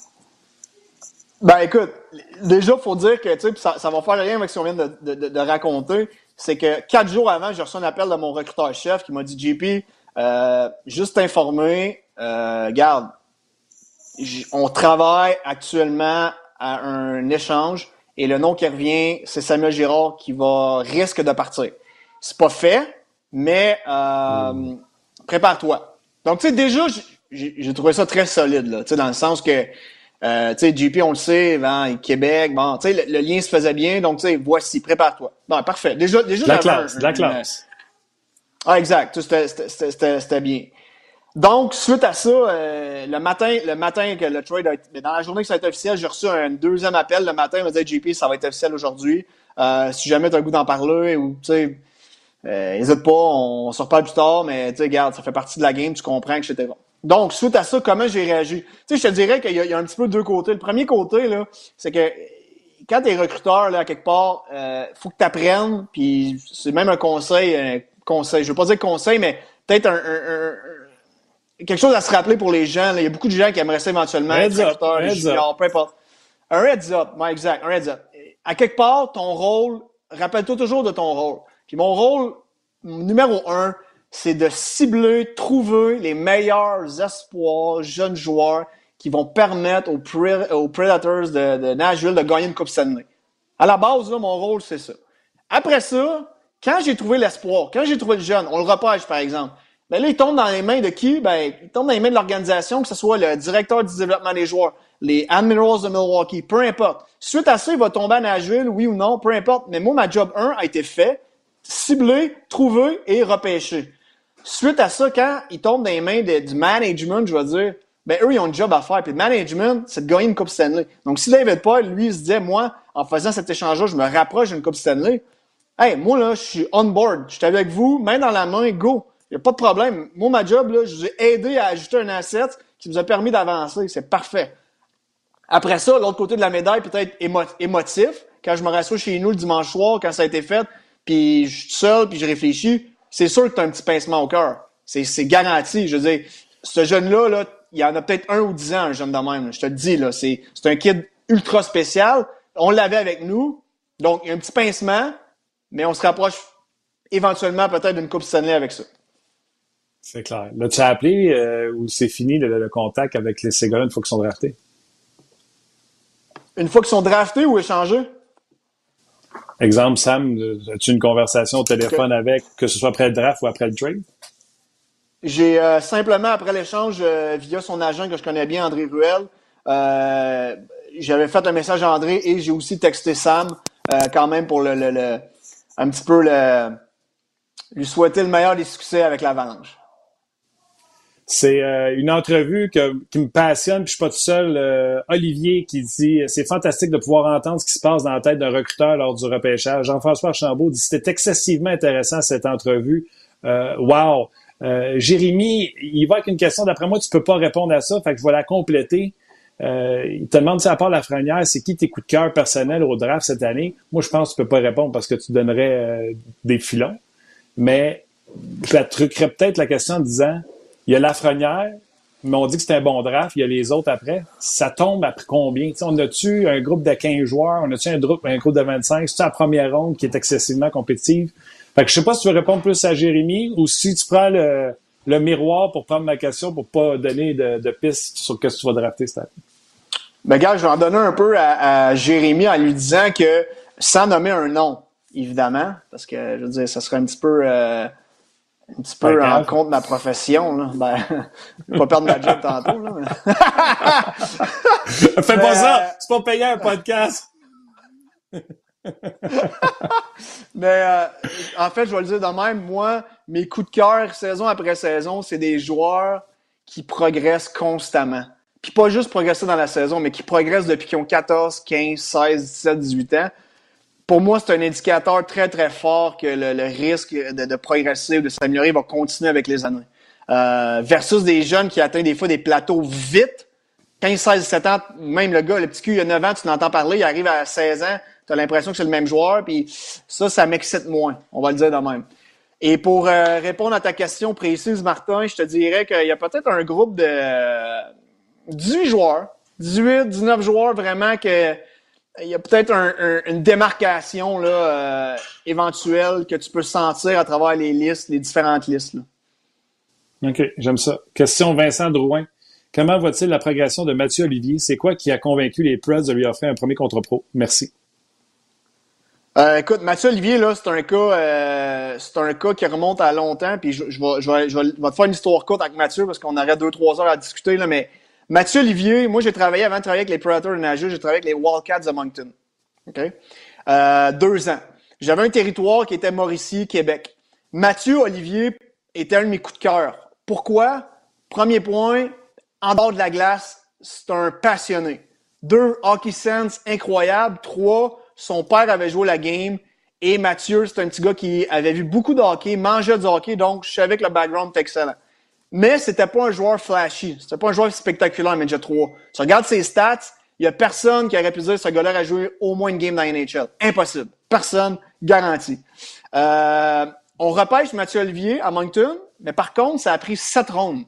Ben écoute, déjà, il faut dire que, tu sais, ça, ça va faire rien avec ce qu'on vient de, de, de, de raconter, c'est que quatre jours avant, j'ai reçu un appel de mon recruteur-chef qui m'a dit « J P, euh, juste t'informer, euh, garde, on travaille actuellement à un échange et le nom qui revient, c'est Samuel Girard qui va risque de partir. C'est pas fait, mais euh, mmh. prépare-toi. » Donc, tu sais, déjà, j'ai, j'ai trouvé ça très solide, là, tu sais, dans le sens que Euh, tu sais, J P, on le sait, hein, Québec, bon, tu sais, le, le lien se faisait bien, donc, tu sais, voici, prépare-toi. Bon, parfait. Déjà, déjà, de la classe, un, de la classe. Une... Ah, exact. C'était, c'était, c'était, c'était bien. Donc, suite à ça, euh, le matin, le matin que le trade a été, dans la journée que ça a été officiel, j'ai reçu un deuxième appel le matin. Il m'a dit, J P, ça va être officiel aujourd'hui. Euh, si jamais tu as le goût d'en parler ou, tu sais, euh, n'hésite pas, on, on se reparle plus tard, mais, tu sais, regarde, ça fait partie de la game, tu comprends, et cetera. Donc, suite à ça, comment j'ai réagi? Tu sais, je te dirais qu'il y a, il y a un petit peu deux côtés. Le premier côté, là, c'est que quand t'es recruteur, là, quelque part, euh, faut que t'apprennes, puis c'est même un conseil, un conseil, je veux pas dire conseil, mais peut-être un, un, un quelque chose à se rappeler pour les gens. Là. Il y a beaucoup de gens qui aimeraient ça éventuellement heads être recruteur, junior, peu importe. Un heads up, ouais, exact, un heads up. À quelque part, ton rôle, rappelle-toi toujours de ton rôle. Puis mon rôle numéro un, c'est de cibler, trouver les meilleurs espoirs, jeunes joueurs qui vont permettre aux, Pre- aux Predators de, de Nashville de gagner une Coupe Stanley. À la base, là, mon rôle, c'est ça. Après ça, quand j'ai trouvé l'espoir, quand j'ai trouvé le jeune, on le repêche, par exemple, ben là, il tombe dans les mains de qui? Ben, il tombe dans les mains de l'organisation, que ce soit le directeur du développement des joueurs, les Admirals de Milwaukee, peu importe. Suite à ça, il va tomber à Nashville, oui ou non, peu importe. Mais moi, ma job un a été fait, cibler, trouver et repêcher. Suite à ça, quand ils tombent dans les mains de, du management, je vais dire, ben eux, ils ont un job à faire. Puis le management, c'est de gagner une Coupe Stanley. Donc, si David Poile, lui, il se disait, moi, en faisant cet échange-là, je me rapproche d'une Coupe Stanley. Hey, moi, là, je suis on board. Je suis avec vous, main dans la main, go. Il n'y a pas de problème. Moi, ma job, là, je vous ai aidé à ajouter un asset qui vous a permis d'avancer. C'est parfait. Après ça, l'autre côté de la médaille, peut-être émo- émotif. Quand je me rassois chez nous le dimanche soir, quand ça a été fait, puis je suis seul, puis je réfléchis, c'est sûr que tu as un petit pincement au cœur. C'est, c'est garanti. Je veux dire, ce jeune-là, là, il y en a peut-être un ou dix ans, un jeune de même. Là. Je te le dis, là, c'est, c'est un kid ultra spécial. On l'avait avec nous. Donc, il y a un petit pincement, mais on se rapproche éventuellement peut-être d'une Coupe Stanley avec ça. C'est clair. L'as-tu appelé euh, ou c'est fini le, le contact avec les ces gars-là une fois qu'ils sont draftés? Une fois qu'ils sont draftés ou échangés? Exemple, Sam, as-tu une conversation au téléphone okay. avec, que ce soit après le draft ou après le trade? J'ai euh, simplement, après l'échange, euh, via son agent que je connais bien, André Ruel, euh, j'avais fait un message à André et j'ai aussi texté Sam euh, quand même pour le, le, le un petit peu le, lui souhaiter le meilleur des succès avec l'Avalanche. C'est euh, une entrevue que, qui me passionne, puis je suis pas tout seul. Euh, Olivier qui dit « C'est fantastique de pouvoir entendre ce qui se passe dans la tête d'un recruteur lors du repêchage. » Jean-François Archambault dit « C'était excessivement intéressant cette entrevue. Euh, wow! Euh, Jérémy, il va avec une question, d'après moi, tu peux pas répondre à ça, fait que je vais la compléter. Euh, il te demande si à part Lafrenière, c'est qui tes coups de cœur personnels au draft cette année? Moi, je pense que tu peux pas répondre parce que tu donnerais euh, des filons. Mais je la truquerais peut-être la question en disant il y a Lafrenière, mais on dit que c'est un bon draft, il y a les autres après. Ça tombe après combien? T'sais, on a-tu un groupe de quinze joueurs? On a-tu un groupe, un groupe de vingt-cinq? C'est-tu la première ronde qui est excessivement compétitive? Fait que je sais pas si tu veux répondre plus à Jérémy ou si tu prends le, le miroir pour prendre ma question pour pas donner de, de pistes sur ce que tu vas drafter cette année. Ben, gars, je vais en donner un peu à, à Jérémy en lui disant que, sans nommer un nom, évidemment, parce que, je veux dire, ça serait un petit peu, euh, un petit peu en compte de ma profession, là. Ben, je vais pas perdre ma job tantôt, là. Mais... Fais pas ça! C'est pas payer un podcast! Mais euh, en fait, je vais le dire de même, moi, mes coups de cœur, saison après saison, c'est des joueurs qui progressent constamment. Puis pas juste progresser dans la saison, mais qui progressent depuis qu'ils ont quatorze, quinze, seize, dix-sept, dix-huit ans. Pour moi, c'est un indicateur très, très fort que le, le risque de, de progresser ou de s'améliorer va continuer avec les années. euh, versus des jeunes qui atteignent des fois des plateaux vite. quinze, seize, dix-sept ans, même le gars, le petit cul, il a neuf ans, tu l'entends parler, il arrive à seize ans, tu as l'impression que c'est le même joueur, puis ça, ça m'excite moins, on va le dire de même. Et pour euh, répondre à ta question précise, Martin, je te dirais qu'il y a peut-être un groupe de euh, dix-huit joueurs, dix-huit, dix-neuf joueurs vraiment que il y a peut-être un, un, une démarcation là, euh, éventuelle que tu peux sentir à travers les listes, les différentes listes. Là. OK, j'aime ça. Question Vincent Drouin. Comment va-t-il la progression de Mathieu Olivier? C'est quoi qui a convaincu les Preds de lui offrir un premier contrat pro? Merci. Euh, écoute, Mathieu Olivier, là, c'est un cas euh, c'est un cas qui remonte à longtemps, puis je, je, vais, je, vais, je, vais, je vais te faire une histoire courte avec Mathieu parce qu'on aurait deux, trois heures à discuter, là, mais Mathieu Olivier, moi j'ai travaillé, avant de travailler avec les Predators de Nashville, j'ai travaillé avec les Wildcats de Moncton. OK? Euh, deux ans. J'avais un territoire qui était Mauricie, Québec. Mathieu Olivier était un de mes coups de cœur. Pourquoi? Premier point, en dehors de la glace, c'est un passionné. Deux, hockey sense incroyable. Trois, son père avait joué la game et Mathieu, c'est un petit gars qui avait vu beaucoup de hockey, mangeait du hockey, donc je savais que le background était excellent. Mais c'était pas un joueur flashy, c'était pas un joueur spectaculaire, Midget trois. Tu regardes ses stats, il y a personne qui aurait pu dire que ce gars-là a joué au moins une game dans la N H L. Impossible. Personne, garanti. Euh, on repêche Mathieu Olivier à Moncton, mais par contre, ça a pris sept rondes.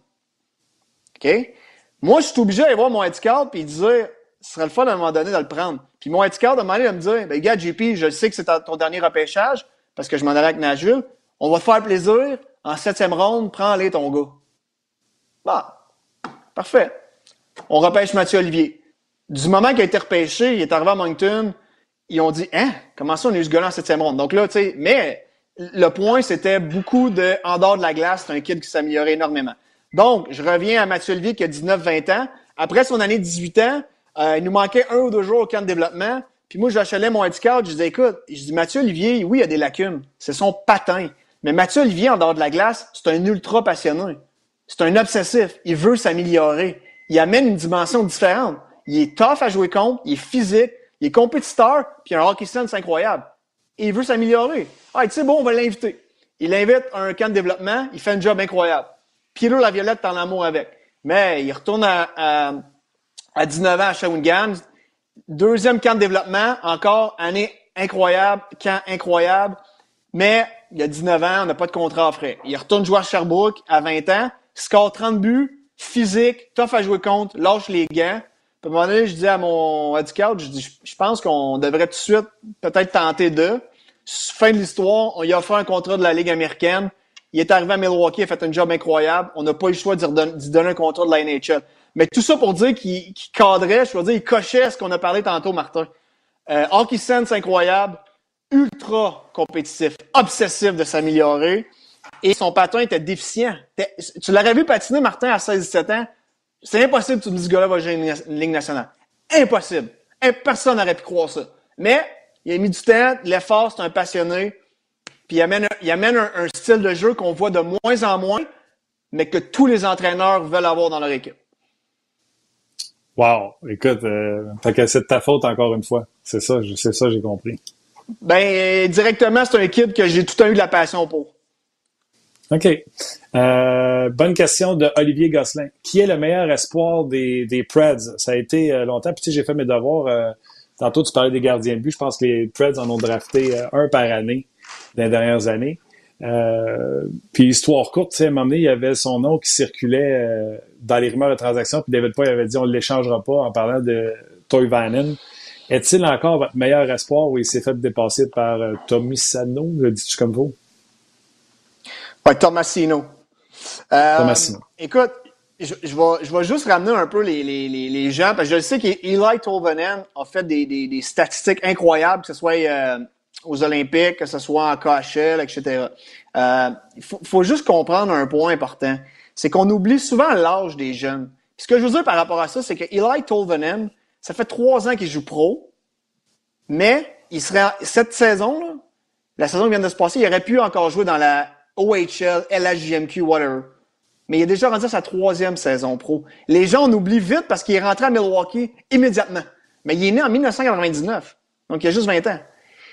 OK? Moi, je suis obligé d'aller voir mon head scout et dire ce serait le fun à un moment donné de le prendre. Puis mon head scout, à un moment donné, il va me dire, ben, gars, J P, je sais que c'est ton dernier repêchage, parce que je m'en allais avec Nashville. On va te faire plaisir. En septième ronde, prends-les, ton gars. Bon. Parfait. On repêche Mathieu Olivier. Du moment qu'il a été repêché, il est arrivé à Moncton, ils ont dit, hein? Comment ça, on a eu ce gars-là en septième ronde? Donc là, tu sais, mais le point, c'était beaucoup de, en dehors de la glace, c'est un kid qui s'améliorait énormément. Donc, je reviens à Mathieu Olivier qui a dix-neuf vingt ans. Après son année de dix-huit ans, Euh, il nous manquait un ou deux jours au camp de développement. Puis moi, j'achalais mon head scout. Je disais, écoute, je dis, Mathieu Olivier, oui, il a des lacunes. C'est son patin. Mais Mathieu Olivier, en dehors de la glace, c'est un ultra passionné. C'est un obsessif. Il veut s'améliorer. Il amène une dimension différente. Il est tough à jouer contre. Il est physique. Il est compétiteur. Puis il a un hockey sense incroyable. Et il veut s'améliorer. Ah, tu sais, bon, on va l'inviter. Il l'invite à un camp de développement. Il fait un job incroyable. Pierrot Laviolette, t'es en amour avec. Mais il retourne à... à à dix-neuf ans à Shawinigan. Deuxième camp de développement, encore année incroyable, camp incroyable. Mais il y a dix-neuf ans, on n'a pas de contrat à frais. Il retourne jouer à Sherbrooke à vingt ans, score trente buts, physique, tough à jouer contre, lâche les gants. Puis à un moment donné, je dis à mon head scout, je dis, je pense qu'on devrait tout de suite peut-être tenter de. Fin de l'histoire, on lui a offert un contrat de la Ligue américaine. Il est arrivé à Milwaukee, il a fait un job incroyable. On n'a pas eu le choix d'y redonner, d'y donner un contrat de la N H L. Mais tout ça pour dire qu'il, qu'il cadrait, je veux dire, il cochait ce qu'on a parlé tantôt, Martin. Euh, hockey sense incroyable, ultra compétitif, obsessif de s'améliorer. Et son patin était déficient. Tu l'aurais vu patiner, Martin, à seize dix-sept ans. C'est impossible que tu me dises ce gars-là va jouer une Ligue nationale. Impossible. Personne n'aurait pu croire ça. Mais il a mis du temps, de l'effort, c'est un passionné. Puis il amène, il amène un, un style de jeu qu'on voit de moins en moins, mais que tous les entraîneurs veulent avoir dans leur équipe. Wow! Écoute, euh, fait que c'est de ta faute encore une fois. C'est ça, c'est ça, j'ai compris. Ben, directement, c'est un kid que j'ai tout le temps eu de la passion pour. OK. Euh, bonne question de Olivier Gosselin. Qui est le meilleur espoir des, des Preds? Ça a été euh, longtemps. Puis tu sais, j'ai fait mes devoirs. Euh, tantôt, tu parlais des gardiens de but. Je pense que les Preds en ont drafté euh, un par année dans les dernières années. Euh, puis histoire courte, tu sais, à un moment donné, il y avait son nom qui circulait euh, dans les rumeurs de transaction, puis David Poy avait dit on ne l'échangera pas en parlant de Toivonen. Est-il encore votre meilleur espoir où il s'est fait dépasser par euh, Tomasino, le dis-tu comme vous? Ouais, Tomasino. Euh, Tomasino. Écoute, je, je, vais, je vais juste ramener un peu les, les, les, les gens, parce que je sais qu'Eli Toivonen a fait des, des, des statistiques incroyables, que ce soit euh, aux Olympiques, que ce soit en K H L, et cetera. Euh, il faut, faut juste comprendre un point important. C'est qu'on oublie souvent l'âge des jeunes. Puis ce que je veux dire par rapport à ça, c'est que Eli Toivonen, ça fait trois ans qu'il joue pro, mais il serait cette saison, là, la saison qui vient de se passer, il aurait pu encore jouer dans la O H L, L H J M Q, whatever. Mais il est déjà rendu à sa troisième saison pro. Les gens en oublient vite parce qu'il est rentré à Milwaukee immédiatement. Mais il est né en dix-neuf cent quatre-vingt-dix-neuf, donc il a juste vingt ans.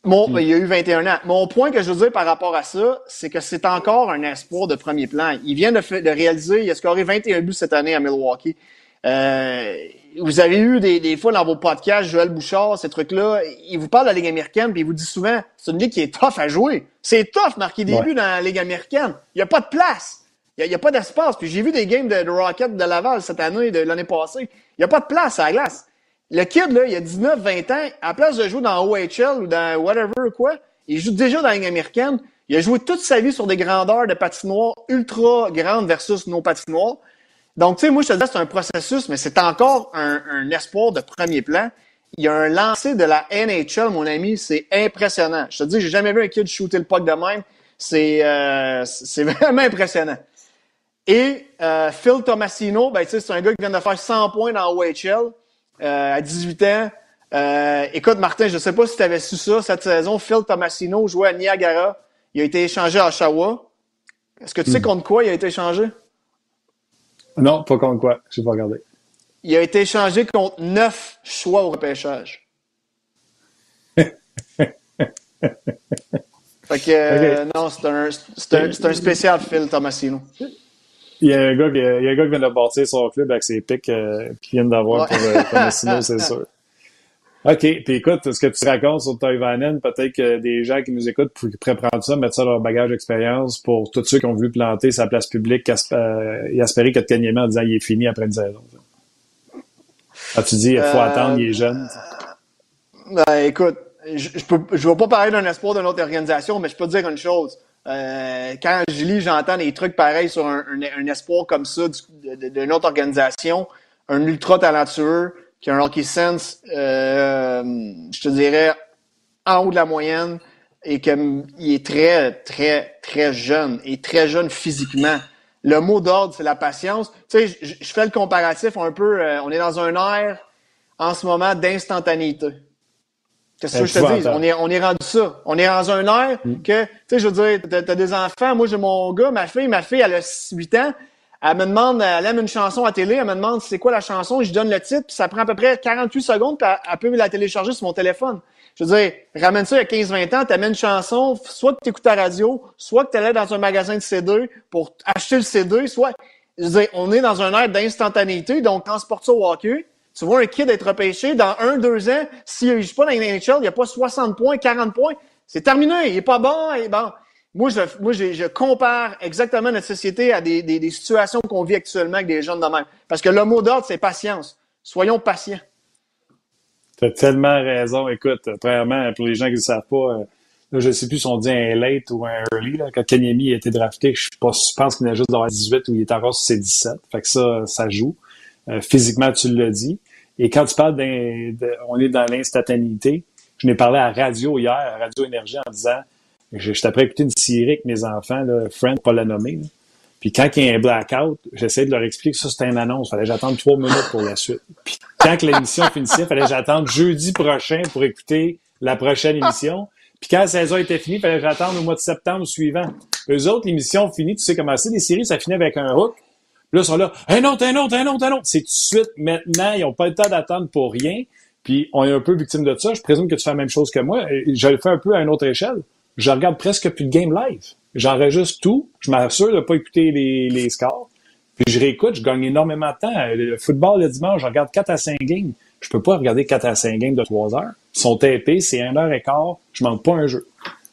Mon, mm. Il y a eu vingt et un ans. Mon point que je veux dire par rapport à ça, c'est que c'est encore un espoir de premier plan. Il vient de, de réaliser, il a scoré vingt et un buts cette année à Milwaukee. Euh, vous avez eu des, des fois dans vos podcasts, Joël Bouchard, ces trucs-là, il vous parle de la Ligue américaine, puis il vous dit souvent, c'est une ligue qui est tough à jouer. C'est tough marquer des ouais. buts dans la Ligue américaine. Il n'y a pas de place. Il n'y a, a pas d'espace. Puis j'ai vu des games de, de Rocket de Laval cette année, de l'année passée. Il n'y a pas de place à la glace. Le kid, là, il a dix-neuf vingt ans, à la place de jouer dans O H L ou dans whatever quoi, il joue déjà dans la Ligue américaine. Il a joué toute sa vie sur des grandeurs de patinoires ultra grandes versus nos patinoires. Donc, tu sais, moi, je te dis, c'est un processus, mais c'est encore un, un espoir de premier plan. Il y a un lancer de la N H L, mon ami, c'est impressionnant. Je te dis, j'ai jamais vu un kid shooter le puck de même. C'est, euh, c'est vraiment impressionnant. Et euh, Phil Tomasino, ben, tu sais, c'est un gars qui vient de faire cent points dans O H L euh, à dix-huit ans. Euh, écoute, Martin, je ne sais pas si tu avais su ça cette saison. Phil Tomasino jouait à Niagara. Il a été échangé à Oshawa. Est-ce que tu sais hmm. contre quoi il a été échangé? Non, pas contre quoi. Je n'ai pas regardé. Il a été échangé contre neuf choix au repêchage. Fait que, euh, okay. non, c'est un, c'est, un, c'est un spécial Phil Tomasino. Il y a un gars qui, il y a un gars qui vient de bâtir son club avec ses pics euh, qu'il vient d'avoir ouais. pour euh, Tomasino, c'est sûr. OK. Puis écoute, ce que tu racontes sur Toivonen, peut-être que des gens qui nous écoutent pourraient prendre ça, mettre ça dans leur bagage d'expérience pour tous ceux qui ont voulu planter sa place publique euh, et espérer que Kotkaniemi en disant il est fini après une saison. Ah, tu dis, il faut euh, attendre, il est jeune. Ben, écoute, je je peux je vais pas parler d'un espoir d'une autre organisation, mais je peux te dire une chose. Euh, quand je lis, j'entends des trucs pareils sur un, un, un espoir comme ça du, d'une autre organisation, un ultra talentueux, qui a un hockey sense, euh, je te dirais, en haut de la moyenne, et qu'il est très, très, très jeune, et très jeune physiquement. Le mot d'ordre, c'est la patience. Tu sais, je, je fais le comparatif un peu, euh, on est dans un air, en ce moment, d'instantanéité. Qu'est-ce que je te dis? On est, on est rendu ça. On est dans un air mm. que, tu sais, je veux dire, t'as, t'as des enfants. Moi, j'ai mon gars, ma fille, ma fille, elle a huit ans. Elle me demande, elle aime une chanson à télé, elle me demande c'est quoi la chanson, je donne le titre, puis ça prend à peu près quarante-huit secondes, puis elle, elle peut la télécharger sur mon téléphone. Je veux dire, ramène ça il y a quinze vingt ans, t'amènes une chanson, soit que t'écoutes ta radio, soit que t'allais dans un magasin de C D pour acheter le C D, soit, je veux dire, on est dans un air d'instantanéité, donc transporte ça au hockey. Tu vois un kid être repêché, dans un, deux ans, s'il ne joue pas dans la N H L, il n'y a pas soixante points, quarante points, c'est terminé, il est pas bon, et bon. Moi, je, moi je, je compare exactement notre société à des, des, des situations qu'on vit actuellement avec des jeunes de même. Parce que le mot d'ordre, c'est patience. Soyons patients. Tu as tellement raison. Écoute, premièrement, pour les gens qui ne savent pas, là, je ne sais plus si on dit un late ou un early. Là, quand Kotkaniemi a été drafté, je, pas, je pense qu'il venait juste d'avoir dix-huit ou il est encore sur ses dix-sept. Fait que ça, ça joue. Euh, physiquement, tu l'as dit. Et quand tu parles d'un, de, on est dans l'instantanéité, je n'ai parlé à Radio hier, à Radio Énergie, en disant Je, je t'apprends à écouter une série avec mes enfants, là, Friend, pas la nommer. Là. Puis quand il y a un blackout, j'essaie de leur expliquer que ça, c'était une annonce. Fallait que j'attende trois minutes pour la suite. Puis quand que l'émission finissait, fallait que j'attende jeudi prochain pour écouter la prochaine émission. Puis quand la saison était finie, fallait que j'attende au mois de septembre suivant. Eux autres, l'émission finie, tu sais comment c'est, les séries, ça finit avec un hook. Puis là, ils sont là, un autre, un autre, un autre, un autre. C'est tout de suite, maintenant, ils n'ont pas le temps d'attendre pour rien. Puis on est un peu victime de ça. Je présume que tu fais la même chose que moi. Je le fais un peu à une autre échelle. Je regarde presque plus de game live. J'enregistre tout. Je m'assure de ne pas écouter les, les scores. Puis je réécoute. Je gagne énormément de temps. Le football, le dimanche, je regarde quatre à cinq games. Je peux pas regarder quatre à cinq games de trois heures. Ils sont tapés. C'est une heure et quart. Je manque pas un jeu.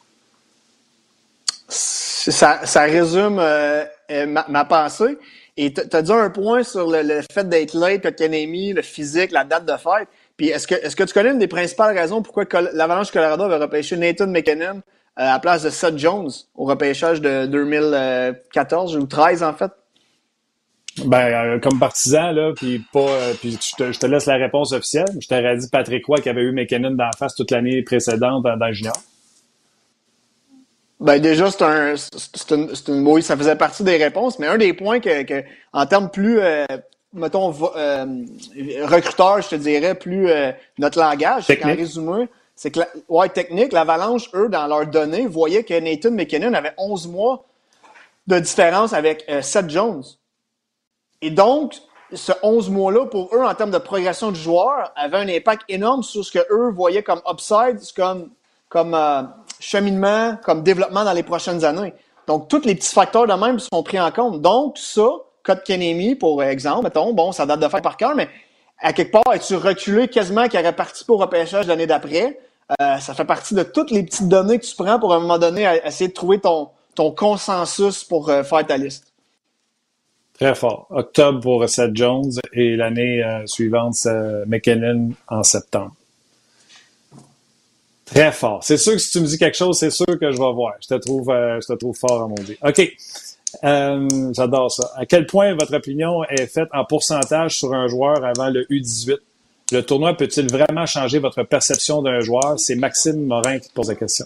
Ça, ça résume euh, ma, ma pensée. Et tu as dit un point sur le, le fait d'être late, Kotkaniemi, le physique, la date de fête. Puis est-ce que est-ce que tu connais une des principales raisons pourquoi Col- l'Avalanche Colorado avait repêché Nathan McKinnon euh, à la place de Seth Jones au repêchage de deux mille quatorze ou treize en fait? Ben euh, comme partisan là, puis pas, euh, puis je te, je te laisse la réponse officielle. Je t'aurais dit Patrick Roy qui avait eu McKinnon d'en face toute l'année précédente dans, dans le junior. Ben déjà c'est un c'est une, c'est une oui ça faisait partie des réponses, mais un des points que, que en termes plus euh, mettons, euh, recruteur, je te dirais, plus euh, notre langage, c'est qu'en résumé, c'est que, la, ouais, technique, l'Avalanche, eux, dans leurs données, voyaient que Nathan McKinnon avait onze mois de différence avec euh, Seth Jones. Et donc, ce onze mois-là, pour eux, en termes de progression du joueur, avait un impact énorme sur ce que eux voyaient comme upside, comme, comme euh, cheminement, comme développement dans les prochaines années. Donc, tous les petits facteurs de même sont pris en compte. Donc, ça, Kotkaniemi, pour exemple, mettons, bon, ça date de faire par cœur, mais à quelque part, es-tu reculé quasiment qu'il aurait participé au repêchage l'année d'après? Euh, ça fait partie de toutes les petites données que tu prends pour, à un moment donné, à, essayer de trouver ton, ton consensus pour euh, faire ta liste. Très fort. Octobre pour Seth Jones et l'année euh, suivante, c'est McKinnon en septembre. Très fort. C'est sûr que si tu me dis quelque chose, c'est sûr que je vais voir. Je te trouve, euh, je te trouve fort à mon Dieu. OK. Euh, j'adore ça. À quel point votre opinion est faite en pourcentage sur un joueur avant le U dix-huit? Le tournoi peut-il vraiment changer votre perception d'un joueur? C'est Maxime Morin qui te pose la question.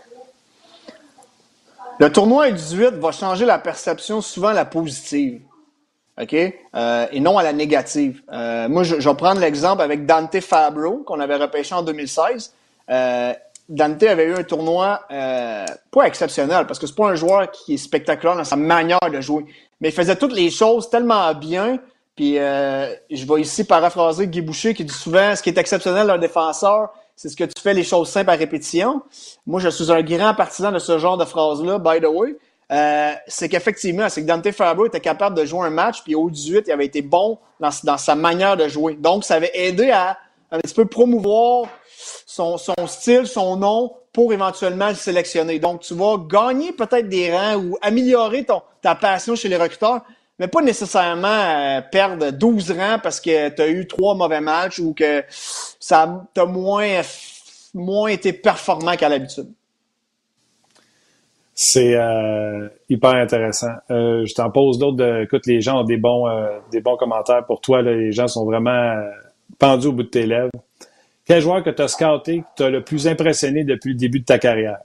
Le tournoi U dix-huit va changer la perception souvent à la positive. OK? Euh, et non à la négative. Euh, moi, je, je vais prendre l'exemple avec Dante Fabro, qu'on avait repêché en deux mille seize. Euh, Dante avait eu un tournoi euh, pas exceptionnel, parce que c'est pas un joueur qui est spectaculaire dans sa manière de jouer. Mais il faisait toutes les choses tellement bien. Puis euh, je vais ici paraphraser Guy Boucher qui dit souvent ce qui est exceptionnel d'un défenseur, c'est ce que tu fais les choses simples à répétition. Moi, je suis un grand partisan de ce genre de phrase-là, by the way. Euh, c'est qu'effectivement, c'est que Dante Fabro était capable de jouer un match, puis au dix-huit, il avait été bon dans, dans sa manière de jouer. Donc, ça avait aidé à un petit peu promouvoir son, son style, son nom, pour éventuellement le sélectionner. Donc, tu vas gagner peut-être des rangs ou améliorer ton, ta passion chez les recruteurs, mais pas nécessairement euh, perdre douze rangs parce que tu as eu trois mauvais matchs ou que ça t'a moins, moins été performant qu'à l'habitude. C'est euh, hyper intéressant. Euh, je t'en pose d'autres. De, écoute, les gens ont des bons, euh, des bons commentaires pour toi. Là, les gens sont vraiment euh, pendus au bout de tes lèvres. Quel joueur que tu as scouté, que tu as le plus impressionné depuis le début de ta carrière?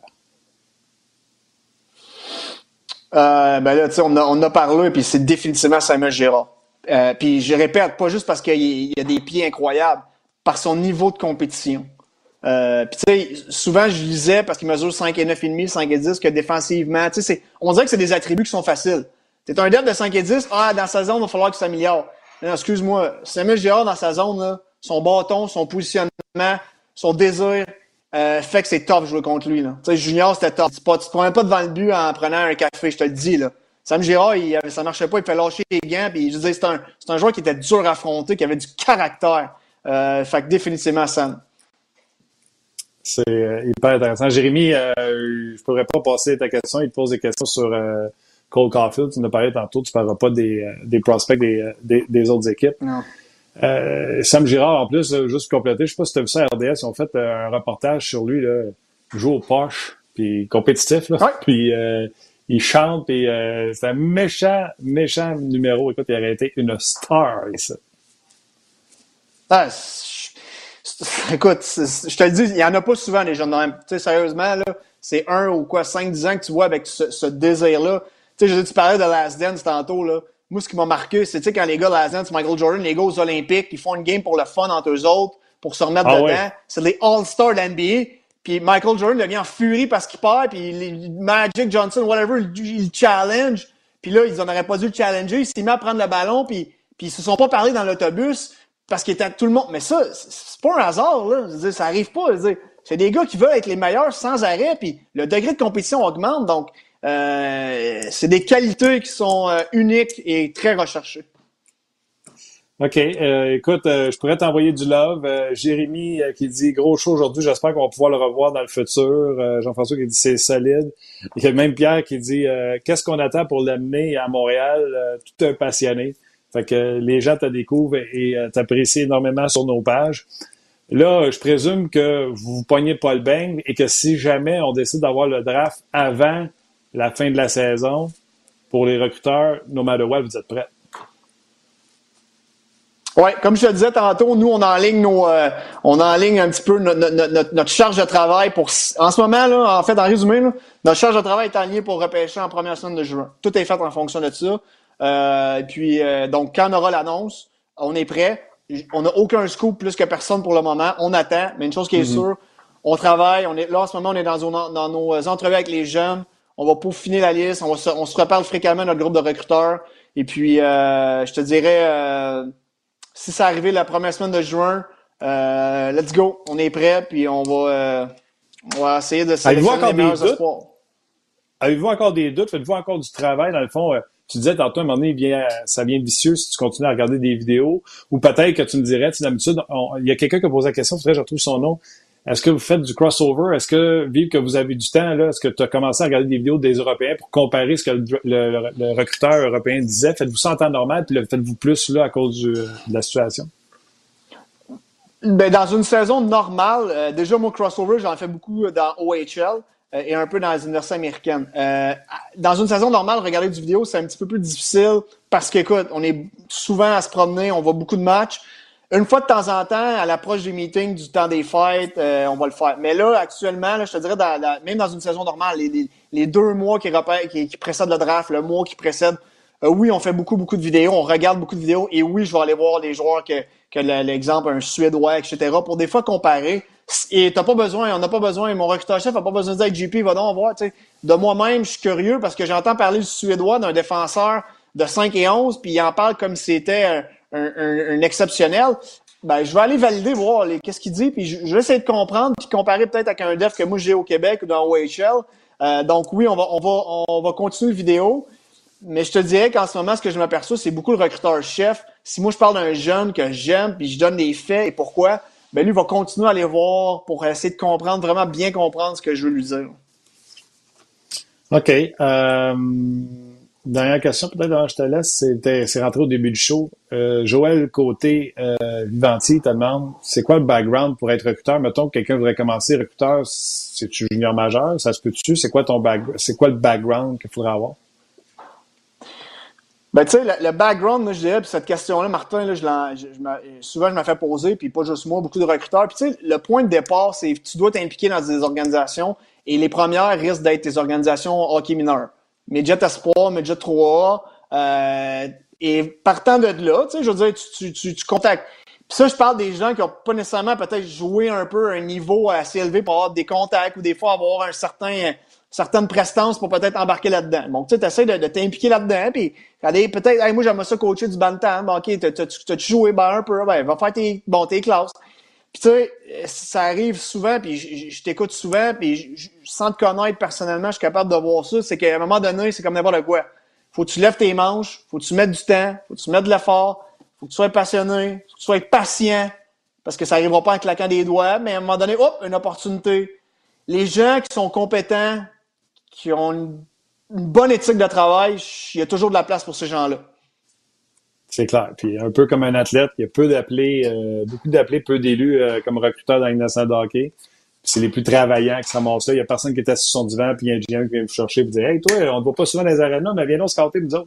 Euh, ben là, tu sais, on a, on a parlé, puis c'est définitivement Samuel Girard. Euh, puis je répète, pas juste parce qu'il y a des pieds incroyables, par son niveau de compétition. Euh, puis tu sais, souvent je lisais, parce qu'il mesure cinq et neuf et demi, cinq et dix, que défensivement, tu sais, on dirait que c'est des attributs qui sont faciles. T'es un depth de cinq et dix, ah, dans sa zone, il va falloir que tu t'améliores. Non, excuse-moi, Samuel Girard, dans sa zone, là, son bâton, son positionnement, son désir, Euh, fait que c'est tough de jouer contre lui. Tu sais, Junior, c'était tough. Tu ne te prenais pas devant le but en prenant un café, je te le dis. Là. Sam Girard, il, ça marchait pas, il fait lâcher les gants. Puis, je disais, c'est un, c'est un joueur qui était dur à affronter, qui avait du caractère. Euh, fait que définitivement, Sam. C'est euh, hyper intéressant. Jérémy, euh, je pourrais pas passer ta question. Il te pose des questions sur euh, Cole Caulfield. Tu nous parlais tantôt. Tu ne parleras pas des, des prospects des, des, des autres équipes. Non. Euh, Sam Girard, en plus, là, juste pour compléter, je sais pas si tu as vu ça à R D S, ils ont fait euh, un reportage sur lui, là, il joue au poche, puis compétitif, là, ouais. puis euh, il chante, puis euh, c'est un méchant, méchant numéro. Écoute, il aurait été une star, ici. Ah, c'est, écoute, c'est, je te le dis, il n'y en a pas souvent, les jeunes de même. Tu sais, sérieusement, là, c'est un ou quoi, cinq dix ans que tu vois avec ce, ce désir-là. Tu sais, je tu parlais de Last Dance tantôt, là. Moi, ce qui m'a marqué, c'est, tu sais, quand les gars de Last Dance, Michael Jordan, les gars aux Olympiques, ils font une game pour le fun entre eux autres, pour se remettre ah, dedans. Ouais. C'est les All-Stars de l'N B A. Puis Michael Jordan devient en furie parce qu'il perd, puis Magic Johnson, whatever, il, il challenge. Puis là, ils n'auraient pas dû le challenger. Il s'est mis à prendre le ballon, puis, puis ils se sont pas parlé dans l'autobus parce qu'il était tout le monde. Mais ça, c'est pas un hasard, là. Je veux dire, ça arrive pas. Je veux dire, c'est des gars qui veulent être les meilleurs sans arrêt, puis le degré de compétition augmente. Donc, Euh, c'est des qualités qui sont euh, uniques et très recherchées. OK. Euh, écoute, euh, je pourrais t'envoyer du love. Euh, Jérémy euh, qui dit « Gros show aujourd'hui, j'espère qu'on va pouvoir le revoir dans le futur. Euh, » Jean-François qui dit « C'est solide. » Il y a même Pierre qui dit euh, « Qu'est-ce qu'on attend pour l'amener à Montréal? Euh, » Tout un passionné. Fait que euh, les gens te découvrent et euh, t'apprécient énormément sur nos pages. Là, je présume que vous vous pognez pas le bang et que si jamais on décide d'avoir le draft avant la fin de la saison, pour les recruteurs, no matter what, vous êtes prêts? Oui, comme je te disais tantôt, nous, on enligne nos, euh, on enligne un petit peu notre, notre, notre charge de travail pour, en ce moment, là, en fait, en résumé, là, notre charge de travail est alignée pour repêcher en première semaine de juin. Tout est fait en fonction de ça. Euh, puis, euh, donc, quand on aura l'annonce, on est prêt. On n'a aucun scoop plus que personne pour le moment. On attend, mais une chose qui est mm-hmm. sûre, on travaille. On est, là, en ce moment, on est dans, nos, dans nos entrevues avec les jeunes. On va peaufiner la liste. On, va se, on se reparle fréquemment notre groupe de recruteurs. Et puis, euh, je te dirais, euh, si ça arrive la première semaine de juin, euh, let's go. On est prêt. Puis on va, euh, On va essayer de Avez-vous sélectionner encore les des meilleurs doutes? espoirs. Avez-vous encore des doutes? Faites-vous encore du travail? Dans le fond, euh, tu disais tantôt, à un moment donné, il vient, ça vient vicieux si tu continues à regarder des vidéos. Ou peut-être que tu me dirais, tu sais, d'habitude, on- il y a quelqu'un qui a posé la question, c'est vrai, je retrouve son nom. Est-ce que vous faites du crossover? Est-ce que, vu que vous avez du temps, là, est-ce que tu as commencé à regarder des vidéos des Européens pour comparer ce que le, le, le- le recruteur européen disait? Faites-vous ça en temps normal, puis le faites-vous plus là à cause du, de la situation? Ben, dans une saison normale, euh, déjà, moi, crossover, j'en fais beaucoup dans O H L euh, et un peu dans les universités américaines. Euh, dans une saison normale, regarder du vidéo, c'est un petit peu plus difficile parce qu'écoute, on est souvent à se promener, on voit beaucoup de matchs. Une fois de temps en temps, à l'approche des meetings, du temps des fêtes, euh, on va le faire. Mais là, actuellement, là, je te dirais, dans, dans, même dans une saison normale, les, les, les deux mois qui, repèrent, qui, qui précèdent le draft, le mois qui précède, euh, oui, on fait beaucoup, beaucoup de vidéos, on regarde beaucoup de vidéos, et oui, je vais aller voir les joueurs que, que l'exemple, un Suédois, et cetera, pour des fois comparer. Et t'as pas besoin, on n'a pas besoin, mon recruteur-chef n'a pas besoin de dire, J P, va donc voir, tu sais. De moi-même, je suis curieux parce que j'entends parler du Suédois, d'un défenseur de cinq et onze, puis il en parle comme si c'était un, un, un, un exceptionnel. Ben, je vais aller valider, voir les, qu'est-ce qu'il dit, puis je, je vais essayer de comprendre, puis comparer peut-être avec un def que moi j'ai au Québec ou dans O H L. Euh, donc oui, on va, on va, on va continuer le vidéo. Mais je te dirais qu'en ce moment, ce que je m'aperçois, c'est beaucoup le recruteur-chef. Si moi, je parle d'un jeune que j'aime, puis je donne des faits et pourquoi, ben lui va continuer à aller voir pour essayer de comprendre, vraiment bien comprendre ce que je veux lui dire. OK. Euh, dernière question, peut-être avant que je te laisse, c'était, c'est rentré au début du show. Euh, Joël Côté, euh, Vivanti, te demande, c'est quoi le background pour être recruteur? Mettons que quelqu'un voudrait commencer recruteur, c'est-tu junior majeur? Ça se peut-tu? C'est quoi ton background? C'est quoi le background qu'il faudrait avoir? Ben, tu sais, le, le background, moi, je dirais, puis cette question-là, Martin, là, je l'en- je, je me- souvent, je me fais poser, puis pas juste moi, beaucoup de recruteurs. Puis, tu sais, le point de départ, c'est que tu dois t'impliquer dans des organisations, et les premières risquent d'être tes organisations hockey mineur. Midget Espoir, Midget trois A, euh, et partant de là, tu sais, je veux dire, tu, tu, tu, tu contactes. Puis ça, je parle des gens qui ont pas nécessairement peut-être joué un peu à un niveau assez élevé pour avoir des contacts, ou des fois avoir un certain certaines prestances pour peut-être embarquer là-dedans. Donc, tu sais, t'essaies de, de t'impliquer là-dedans, puis aller peut-être, hey, moi, j'aimerais ça coacher du bantam. Bon, OK, t'as, t'as, t'as-tu joué ben, un peu? Ben, va faire tes, bon, tes classes. Puis, tu sais, ça arrive souvent, puis je, je t'écoute souvent, puis je, je, sans te connaître personnellement, je suis capable de voir ça. C'est qu'à un moment donné, c'est comme n'importe quoi. Faut que tu lèves tes manches, faut que tu mettes du temps, faut que tu mettes de l'effort, faut que tu sois passionné, faut que tu sois patient, parce que ça n'arrivera pas en claquant des doigts, mais à un moment donné, hop, une opportunité. Les gens qui sont compétents, qui ont une, une bonne éthique de travail, il y a toujours de la place pour ces gens-là. C'est clair. Puis un peu comme un athlète, il y a peu d'appelés, euh, beaucoup d'appelés, peu d'élus euh, comme recruteurs dans la Ligue nationale de hockey. Puis c'est les plus travaillants qui se ramassent là. Il y a personne qui est assis sur son divan, puis il y a un G M qui vient vous chercher et vous dire, hey, toi, on ne te voit pas souvent dans les arénas, mais viens donc scouter, nous autres.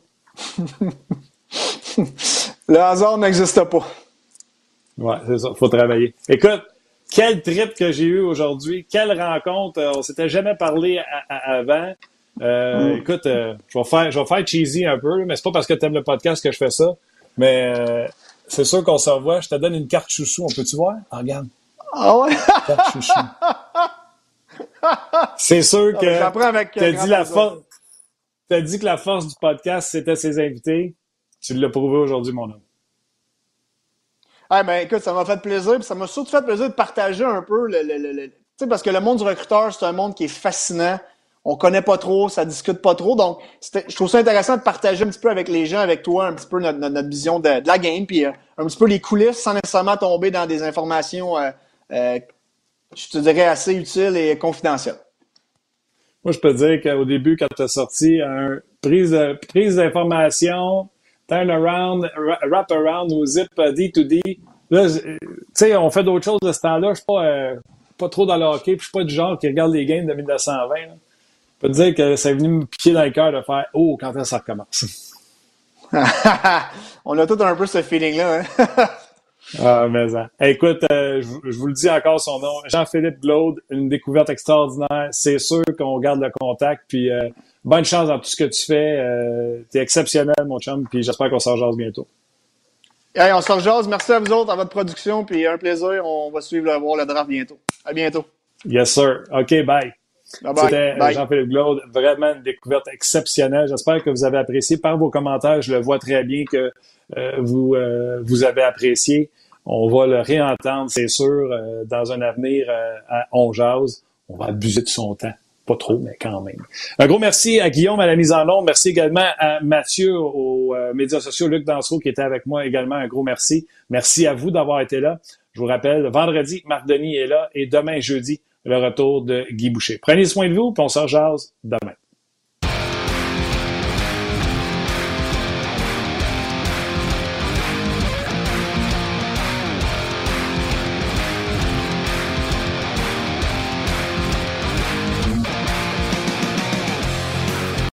Le hasard n'existe pas. Ouais, c'est ça. Faut travailler. Écoute, quel trip que j'ai eu aujourd'hui. Quelle rencontre. Euh, on s'était jamais parlé à, à, avant. Euh, mm. Écoute, euh, je vais faire, je vais faire cheesy un peu, mais c'est pas parce que tu aimes le podcast que je fais ça. Mais euh, c'est sûr qu'on se revoit. Je te donne une carte chouchou. On peut-tu voir? Ah, regarde. Ah ouais? Carte chouchou. C'est sûr que ah, avec t'as dit la force. T'as dit que la force du podcast, c'était ses invités. Tu l'as prouvé aujourd'hui, mon homme. Ah ben écoute, ça m'a fait plaisir, puis ça m'a surtout fait plaisir de partager un peu le, le, le, le... tu sais, parce que le monde du recruteur, c'est un monde qui est fascinant. On connaît pas trop, ça discute pas trop, donc je trouve ça intéressant de partager un petit peu avec les gens, avec toi, un petit peu notre, notre, notre vision de, de la game, puis euh, un petit peu les coulisses, sans nécessairement tomber dans des informations, euh, euh, je te dirais, assez utiles et confidentielles. Moi, je peux te dire qu'au début, quand tu as sorti un prise, de, prise d'information, turnaround, wrap around ou zip D to D, là, tu sais, on fait d'autres choses de ce temps-là. Je suis pas, euh, pas trop dans le hockey, puis je suis pas du genre qui regarde les games de mille neuf cent vingt. Là. Je peux te dire que ça est venu me piquer dans le cœur de faire « Oh, quand est-ce que ça recommence? » On a tout un peu ce feeling-là. Hein? Ah, mais ça. Écoute, euh, je, je vous le dis encore son nom, Jean-Philippe Glaude, une découverte extraordinaire. C'est sûr qu'on garde le contact, puis euh, bonne chance dans tout ce que tu fais. Euh, t'es exceptionnel, mon chum, puis j'espère qu'on s'en jase bientôt. Hey, on s'en jase. Merci à vous autres, à votre production, puis un plaisir. On va suivre le, voir le draft bientôt. À bientôt. Yes, sir. OK, bye. Bye bye. C'était bye. Jean-Philippe Glaude, vraiment une découverte exceptionnelle. J'espère que vous avez apprécié. Par vos commentaires, je le vois très bien que euh, vous, euh, vous avez apprécié. On va le réentendre, c'est sûr, euh, dans un avenir euh, à On Jase. on va abuser de son temps. Pas trop, mais quand même. Un gros merci à Guillaume à la mise en onde. Merci également à Mathieu aux euh, médias sociaux, Luc Dansereau qui était avec moi également. Un gros merci. Merci à vous d'avoir été là. Je vous rappelle, vendredi, Marc Denis est là et demain, jeudi, le retour de Guy Boucher. Prenez soin de vous, puis on se rejase demain.